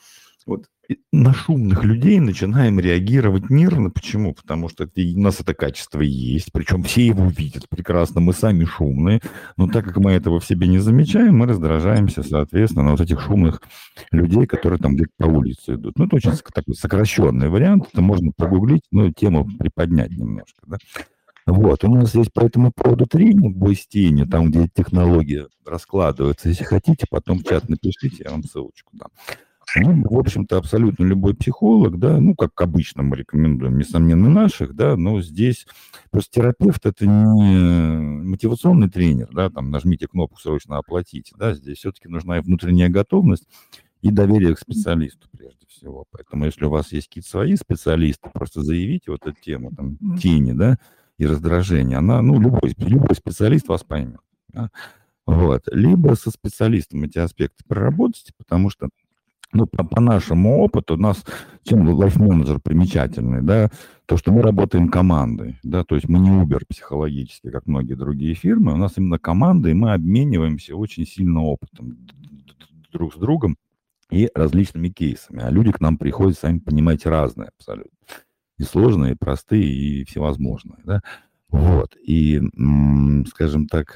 Вот на шумных людей начинаем реагировать нервно. Почему? Потому что это, у нас это качество есть, причем все его видят прекрасно, мы сами шумные, но так как мы этого в себе не замечаем, мы раздражаемся, соответственно, на вот этих шумных людей, которые там где-то по улице идут. Ну, это очень такой сокращенный вариант, это можно погуглить, ну, тему приподнять немножко, да. Вот, у нас есть по этому поводу тренинг «Бой с тенью», там, где технология раскладывается. Если хотите, потом в чат напишите, я вам ссылочку дам. Ну, в общем-то, абсолютно любой психолог, да, ну, как обычно мы рекомендуем, несомненно, наших, да, но здесь просто терапевт – это не мотивационный тренер, да, там, нажмите кнопку «Срочно оплатить», да, здесь все-таки нужна и внутренняя готовность, и доверие к специалисту прежде всего. Поэтому, если у вас есть какие-то свои специалисты, просто заявите вот эту тему, там, тени, да, и раздражения, она, ну, любой, любой специалист вас поймет, да? Вот. Либо со специалистом эти аспекты проработайте, потому что, ну, по, по нашему опыту, у нас, чем лайф-менеджер примечательный, да, то, что мы работаем командой, да, то есть мы не Uber психологически, как многие другие фирмы, у нас именно команда, и мы обмениваемся очень сильно опытом друг с другом и различными кейсами, а люди к нам приходят, сами понимаете, разные абсолютно, и сложные, и простые, и всевозможные, да, вот, и, скажем так,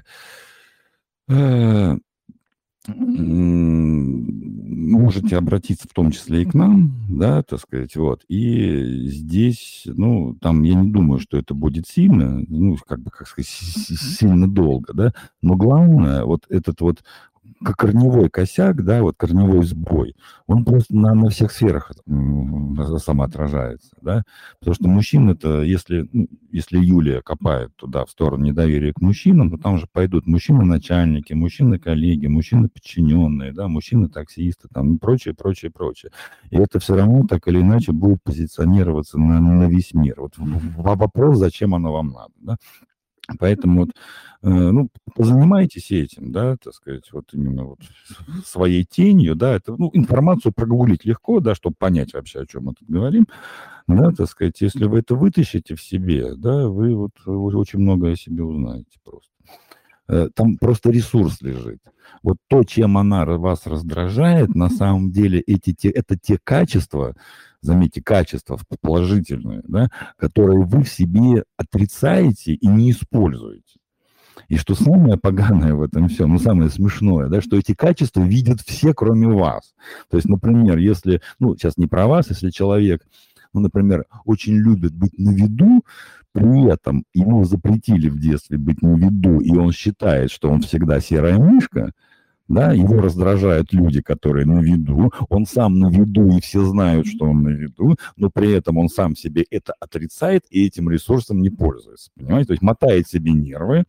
можете обратиться в том числе и к нам, да, так сказать, вот, и здесь, ну, там, я не думаю, что это будет сильно, ну, как бы, как сказать, сильно долго, да, но главное, вот этот вот как корневой косяк, да, вот корневой сбой, он просто на, на всех сферах самоотражается, да, потому что мужчины-то, если, ну, если Юлия копает туда в сторону недоверия к мужчинам, то там же пойдут мужчины-начальники, мужчины-коллеги, мужчины-подчиненные, да, мужчины-таксисты, там, и прочее, прочее, прочее. И это все равно так или иначе будет позиционироваться на, на весь мир. Вот вопрос, зачем оно вам надо, да. Поэтому вот, э, ну, позанимайтесь этим, да, так сказать, вот именно вот своей тенью, да, это, ну, информацию прогуглить легко, да, чтобы понять вообще, о чем мы тут говорим, да, так сказать, если вы это вытащите в себе, да, вы вот вы очень многое о себе узнаете просто. Э, там просто ресурс лежит. Вот то, чем она вас раздражает, на самом деле эти, те, это те качества, заметьте, качества положительные, да, которые вы в себе отрицаете и не используете. И что самое поганое в этом всем, ну, самое смешное, да, что эти качества видят все, кроме вас. То есть, например, если, ну, сейчас не про вас, если человек, ну, например, очень любит быть на виду, при этом ему запретили в детстве быть на виду, и он считает, что он всегда серая мышка, да, его раздражают люди, которые на виду, он сам на виду, и все знают, что он на виду, но при этом он сам себе это отрицает и этим ресурсом не пользуется, понимаете, то есть мотает себе нервы,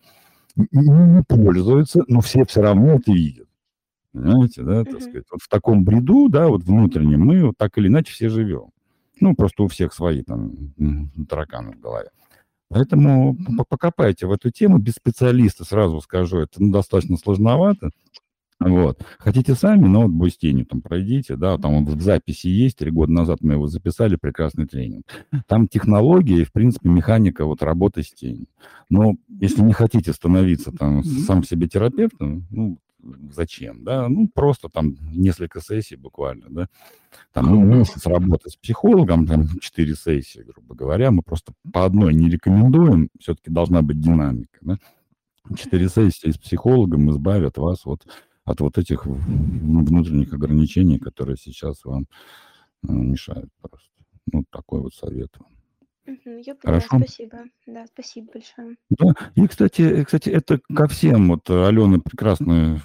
не пользуется, но все все равно это видят, понимаете, да, так сказать, вот в таком бреду, да, вот внутреннем мы вот так или иначе все живем, ну, просто у всех свои там тараканы в голове. Поэтому покопайте в эту тему, без специалиста, сразу скажу, это, ну, достаточно сложновато. Вот. Хотите сами, но вот «Бой с тенью» там пройдите, да, там в записи есть, три года назад мы его записали, прекрасный тренинг. Там технология и, в принципе, механика вот работы с тенью. Но если не хотите становиться там сам себе терапевтом, ну, зачем, да, ну, просто там несколько сессий буквально, да, там, ну, месяц работы с психологом, там, четыре сессии, грубо говоря, мы просто по одной не рекомендуем, все-таки должна быть динамика, да. Четыре сессии с психологом избавят вас вот от вот этих внутренних ограничений, которые сейчас вам э, мешают просто. Ну, такой вот совет вам. Я поняла, Хорошо? спасибо. Да, спасибо большое. Да. И, кстати, кстати, это ко всем. Вот Алена прекрасный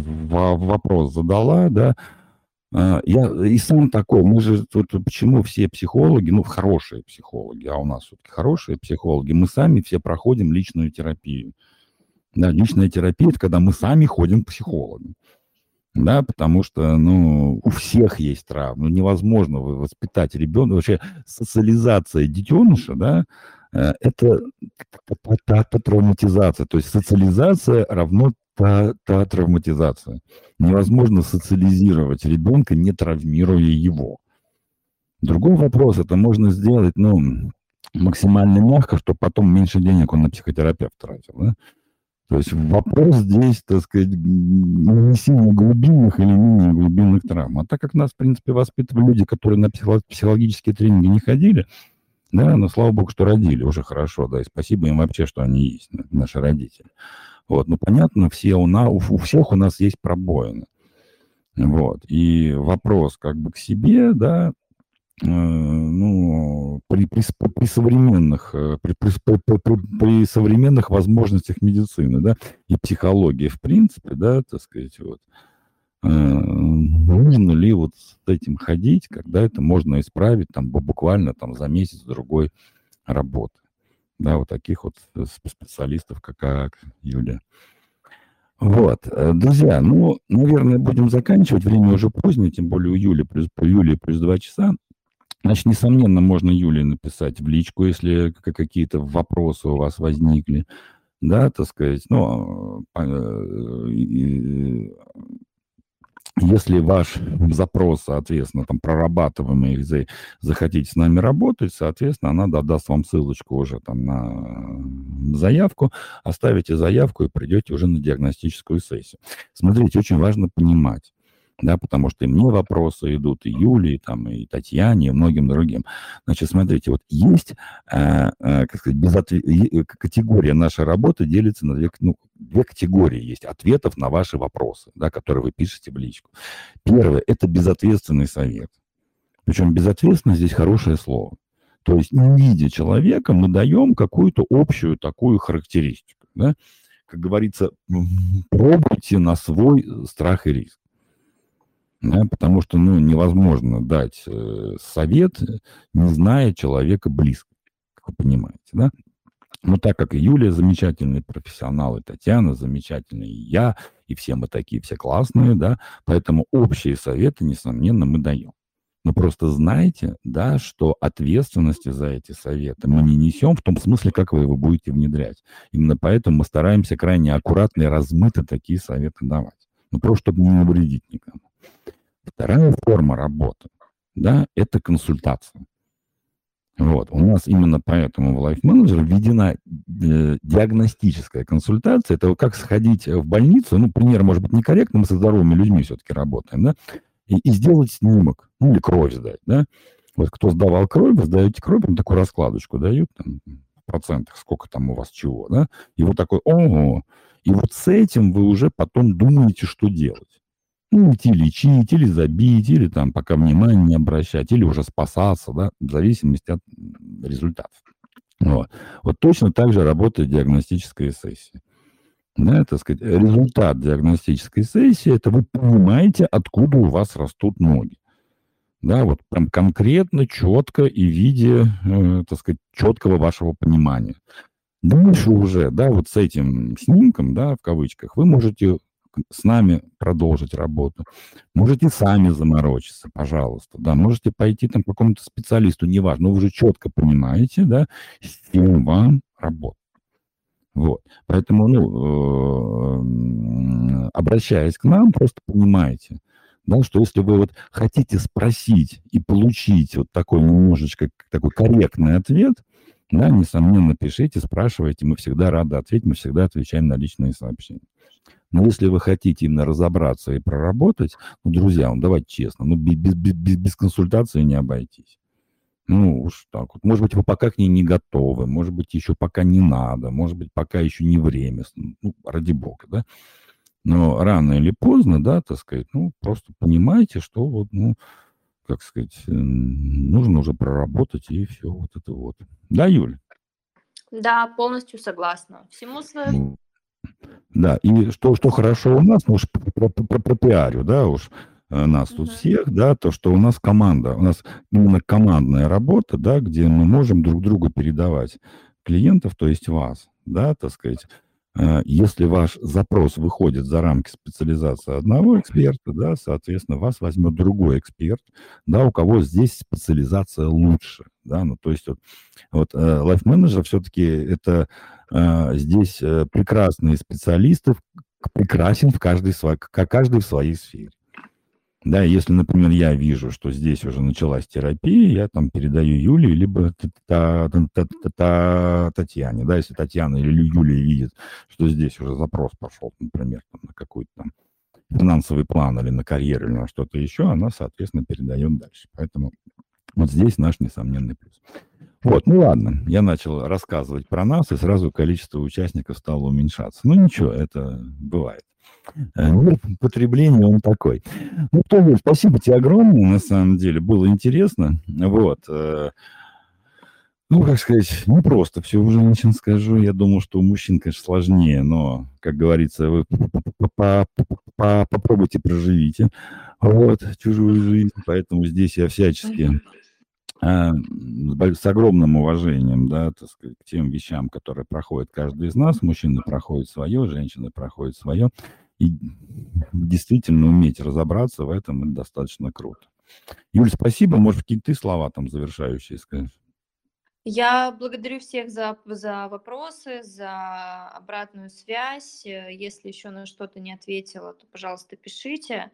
вопрос задала, да. Я и сам такой, мы же тут, почему все психологи, ну, хорошие психологи, а у нас все-таки хорошие психологи, мы сами все проходим личную терапию. Да, личная терапия – это когда мы сами ходим к психологу. Да, потому что, ну, у всех есть травмы. Ну, невозможно воспитать ребенка. Вообще социализация детеныша, да, это травматизация. То есть социализация равно травматизация. Невозможно социализировать ребенка, не травмируя его. Другой вопрос, это можно сделать, ну, максимально мягко, чтобы потом меньше денег он на психотерапевта тратил, да? То есть вопрос здесь, так сказать, нанесения глубинных или менее глубинных травм. А так как нас, в принципе, воспитывали люди, которые на психологические тренинги не ходили, да, но слава богу, что родили, уже хорошо, да, и спасибо им вообще, что они есть, наши родители. Вот, ну, понятно, все у, нас, у всех у нас есть пробоины. Вот, и вопрос как бы к себе, да, э, ну, при, при, при современных, при, при, при, при современных возможностях медицины, да, и психологии, в принципе, да, так сказать, вот, э, нужно ли вот с этим ходить, когда это можно исправить, там, буквально, там, за месяц-другой работы, да, вот таких вот специалистов, как, как Юлия. Вот, друзья, ну, наверное, будем заканчивать. Время уже позднее, тем более у Юли плюс, у Юли плюс два часа. Значит, несомненно, можно Юле написать в личку, если какие-то вопросы у вас возникли. Да, так сказать, ну, если ваш запрос, соответственно, там прорабатываемый, их захотите с нами работать, соответственно, она даст вам ссылочку уже там на заявку, оставите заявку и придете уже на диагностическую сессию. Смотрите, очень важно понимать, да, потому что и мне вопросы идут, и Юлии, там, и Татьяне, и многим другим. Значит, смотрите, вот есть, э, э, как сказать, безответ... категория нашей работы делится на две, ну, две категории есть ответов на ваши вопросы, да, которые вы пишете в личку. Первое – это безответственный совет. Причем безответственно здесь хорошее слово. То есть, не видя человека, мы даем какую-то общую такую характеристику. Да? Как говорится, пробуйте на свой страх и риск. Да, потому что, ну, невозможно дать э, совет, не зная человека близко, как вы понимаете, да. Но так как и Юлия замечательный профессионал, и Татьяна замечательная, и я, и все мы такие, все классные, да, поэтому общие советы, несомненно, мы даем. Но просто знайте, да, что ответственности за эти советы мы не несем в том смысле, как вы его будете внедрять. Именно поэтому мы стараемся крайне аккуратно и размыто такие советы давать. Ну, просто чтобы не навредить никому. Вторая форма работы, да, это консультация. Вот, у нас именно поэтому в Life Manager введена э, диагностическая консультация. Это как сходить в больницу, ну, пример, может быть, некорректно, мы со здоровыми людьми все-таки работаем, да, и, и сделать снимок, ну, или кровь сдать, да. Вот кто сдавал кровь, вы сдаете кровь, там такую раскладочку дают, там, в процентах, сколько там у вас чего, да, и вот такой, ого, и вот с этим вы уже потом думаете, что делать. Ну, идти лечить, или забить, или там пока внимания не обращать, или уже спасаться, да, в зависимости от результатов. Вот, вот точно так же работает диагностическая сессия. Да, так сказать, результат диагностической сессии – это вы понимаете, откуда у вас растут ноги. Да, вот прям конкретно, четко и в виде, э, так сказать, четкого вашего понимания. Дальше уже, да, вот с этим снимком, да, в кавычках, вы можете с нами продолжить работу. Можете сами заморочиться, пожалуйста, да, можете пойти там к какому-то специалисту, неважно, но вы уже четко понимаете, да, с кем вам работать. Вот, поэтому, ну, э, обращаясь к нам, просто понимаете, да, что если вы вот хотите спросить и получить вот такой немножечко такой корректный ответ, да, несомненно, пишите, спрашивайте, мы всегда рады ответить, мы всегда отвечаем на личные сообщения. Но если вы хотите именно разобраться и проработать, ну, друзья, ну, давайте честно, ну, без, без, без, без консультации не обойтись. Ну, уж так вот. Может быть, вы пока к ней не готовы, может быть, еще пока не надо, может быть, пока еще не время, ну, ради бога, да. Но рано или поздно, да, так сказать, ну, просто понимаете, что вот, ну, как сказать, нужно уже проработать, и все вот это вот. Да, Юль? Да, полностью согласна. Всему свое... Ну, да, и что, что хорошо у нас, ну уж пропиарю, да, уж нас uh-huh. тут всех, да, то, что у нас команда, у нас именно командная работа, да, где мы можем друг другу передавать клиентов, то есть вас, да, так сказать, если ваш запрос выходит за рамки специализации одного эксперта, да, соответственно, вас возьмет другой эксперт, да, у кого здесь специализация лучше, да, ну, то есть вот, вот Life Manager все-таки это здесь прекрасные специалисты, прекрасен в каждой, каждый в своей сфере. Да, если, например, я вижу, что здесь уже началась терапия, я там передаю Юле, либо Татьяне, да, если Татьяна или Юлия видит, что здесь уже запрос пошел, например, там, на какой-то там финансовый план или на карьеру, или на что-то еще, она, соответственно, передает дальше. Поэтому вот здесь наш несомненный плюс. Вот, ну ладно, я начал рассказывать про нас, и сразу количество участников стало уменьшаться. Ну ничего, это бывает. Мир потребления он такой. Ну, Толя, спасибо тебе огромное, на самом деле, было интересно. Вот. Ну, как сказать, не просто все у женщин, скажу. Я думал, что у мужчин, конечно, сложнее, но, как говорится, вы попробуйте, проживите вот, чужую жизнь. Поэтому здесь я всячески с огромным уважением, да, так сказать, к тем вещам, которые проходит каждый из нас. Мужчины проходят свое, женщины проходят свое. И действительно уметь разобраться в этом, это достаточно круто. Юль, спасибо. Может, какие-то ты слова там завершающие скажешь? Я благодарю всех за, за вопросы, за обратную связь. Если еще на что-то не ответила, то, пожалуйста, пишите.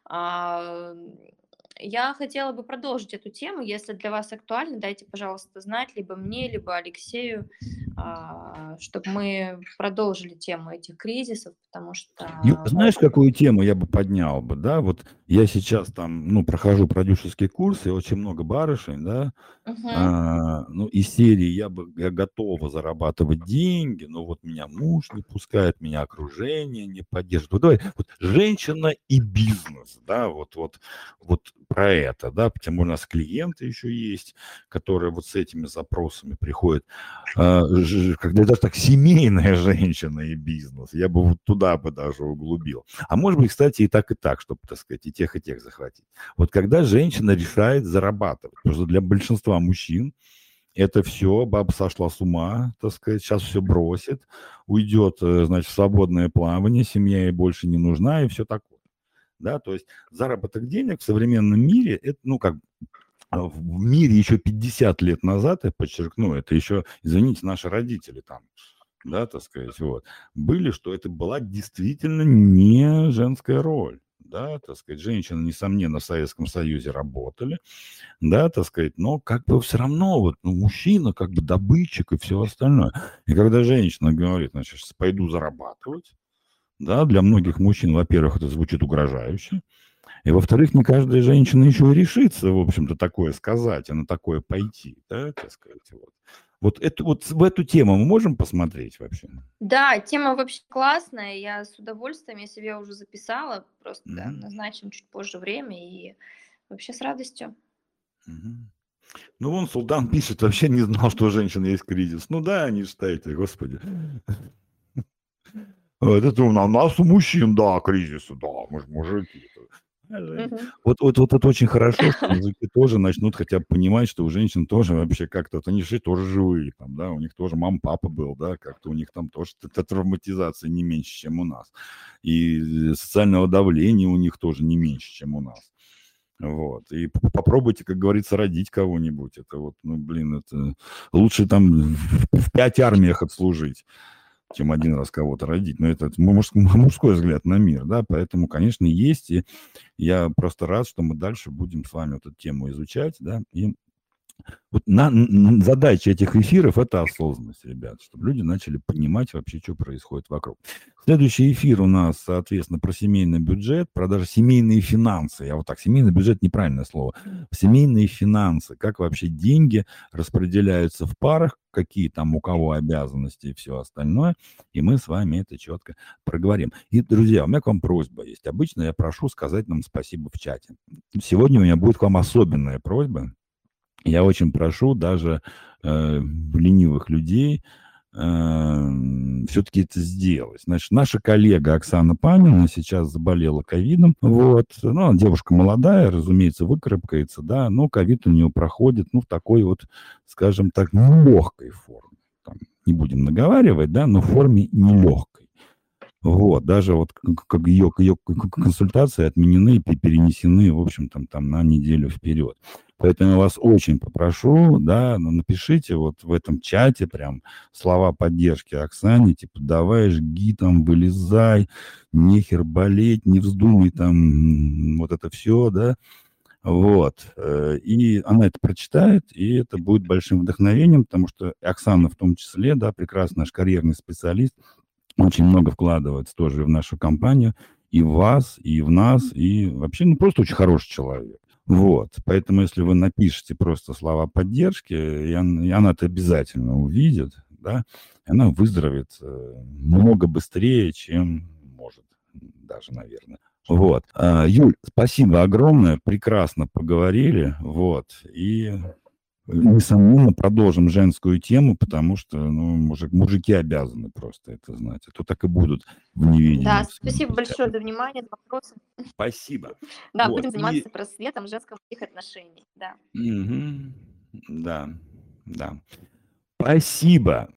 Я хотела бы продолжить эту тему. Если для вас актуально, дайте, пожалуйста, знать либо мне, либо Алексею, чтобы мы продолжили тему этих кризисов, потому что... Знаешь, какую тему я бы поднял бы, да? Вот я сейчас там, ну, прохожу продюсерский курс, и очень много барышень, да? Угу. А, ну, из серии я бы я готова зарабатывать деньги, но вот меня муж не пускает, меня окружение не поддерживает. Вот давай, вот женщина и бизнес, да, вот, вот, вот про это, да, потому у нас клиенты еще есть, которые вот с этими запросами приходят, а, ж, когда даже так семейная женщина и бизнес, я бы вот туда бы даже углубил. А может быть, кстати, и так, и так, чтобы, так сказать, и тех, и тех захватить. Вот когда женщина решает зарабатывать, потому что для большинства мужчин это все, баба сошла с ума, так сказать, сейчас все бросит, уйдет, значит, в свободное плавание, семья ей больше не нужна и все такое. Да, то есть заработок денег в современном мире, это, ну, как в мире еще пятьдесят лет назад, я подчеркну, это еще, извините, наши родители там, да, так сказать, вот, были, что это была действительно не женская роль. Да, так сказать, женщины, несомненно, в Советском Союзе работали, да, так сказать, но как бы все равно вот, ну, мужчина как бы добытчик и все остальное. И когда женщина говорит, значит, пойду зарабатывать, да, для многих мужчин, во-первых, это звучит угрожающе, и, во-вторых, не каждая женщина еще и решится, в общем-то, такое сказать, а на такое пойти, да, так сказать, вот. Вот, это, вот в эту тему мы можем посмотреть вообще? Да, тема вообще классная, я с удовольствием, я себе уже записала, просто mm-hmm. назначим чуть позже время и вообще с радостью. Mm-hmm. Ну, вон Султан пишет, вообще не знал, что у женщин есть кризис. Ну да, они считаете, господи. Вот это у нас у мужчин, да, кризисы, да, мы же мужики. Uh-huh. Вот, вот, вот это очень хорошо, что мужики тоже начнут хотя бы понимать, что у женщин тоже вообще как-то, вот они же тоже живые, там, да, у них тоже мама, папа был, да, как-то у них там тоже травматизация не меньше, чем у нас. И социального давления у них тоже не меньше, чем у нас. Вот. И попробуйте, как говорится, родить кого-нибудь. Это вот, ну, блин, это лучше там в пять армиях отслужить, чем один раз кого-то родить. Но это, это мужской, мужской взгляд на мир, да, поэтому, конечно, есть, и я просто рад, что мы дальше будем с вами эту тему изучать, да, и вот на, на, задача этих эфиров – это осознанность, ребят, чтобы люди начали понимать вообще, что происходит вокруг. Следующий эфир у нас, соответственно, про семейный бюджет, про даже семейные финансы. Я вот так, семейный бюджет – неправильное слово. Семейные финансы, как вообще деньги распределяются в парах, какие там у кого обязанности и все остальное. И мы с вами это четко проговорим. И, друзья, у меня к вам просьба есть. Обычно я прошу сказать нам спасибо в чате. Сегодня у меня будет к вам особенная просьба. Я очень прошу даже э, ленивых людей э, все-таки это сделать. Значит, наша коллега Оксана Панина сейчас заболела ковидом. Вот. Ну, она девушка молодая, разумеется, выкарабкается, да, но ковид у нее проходит, ну, в такой вот, скажем так, нелегкой форме. Там, не будем наговаривать, да, но в форме нелегкой. Вот, даже вот как ее, ее консультации отменены и перенесены, в общем, там, там на неделю вперед. Поэтому я вас очень попрошу, да, ну, напишите вот в этом чате прям слова поддержки Оксане, типа, давай, жги там, вылезай, нехер болеть, не вздумай там, м, вот это все, да. Вот. э, И она это прочитает, и это будет большим вдохновением, потому что Оксана в том числе, да, прекрасный наш карьерный специалист, очень много вкладывается тоже в нашу компанию, и в вас, и в нас, и вообще, ну, просто очень хороший человек. Вот. Поэтому, если вы напишете просто слова поддержки, и, он- и она это обязательно увидит, да, и она выздоровеет э, много быстрее, чем может даже, наверное. Вот. А, Юль, спасибо огромное, прекрасно поговорили, вот, и, несомненно, продолжим женскую тему, потому что, ну, мужик, мужики обязаны просто это знать, а то так и будут в неведении. Да, всем спасибо висеть. большое за внимание, за вопросы. Спасибо. Да, Вот, будем и... заниматься просветом женских отношений. Да. Мгм. Да, да. Спасибо.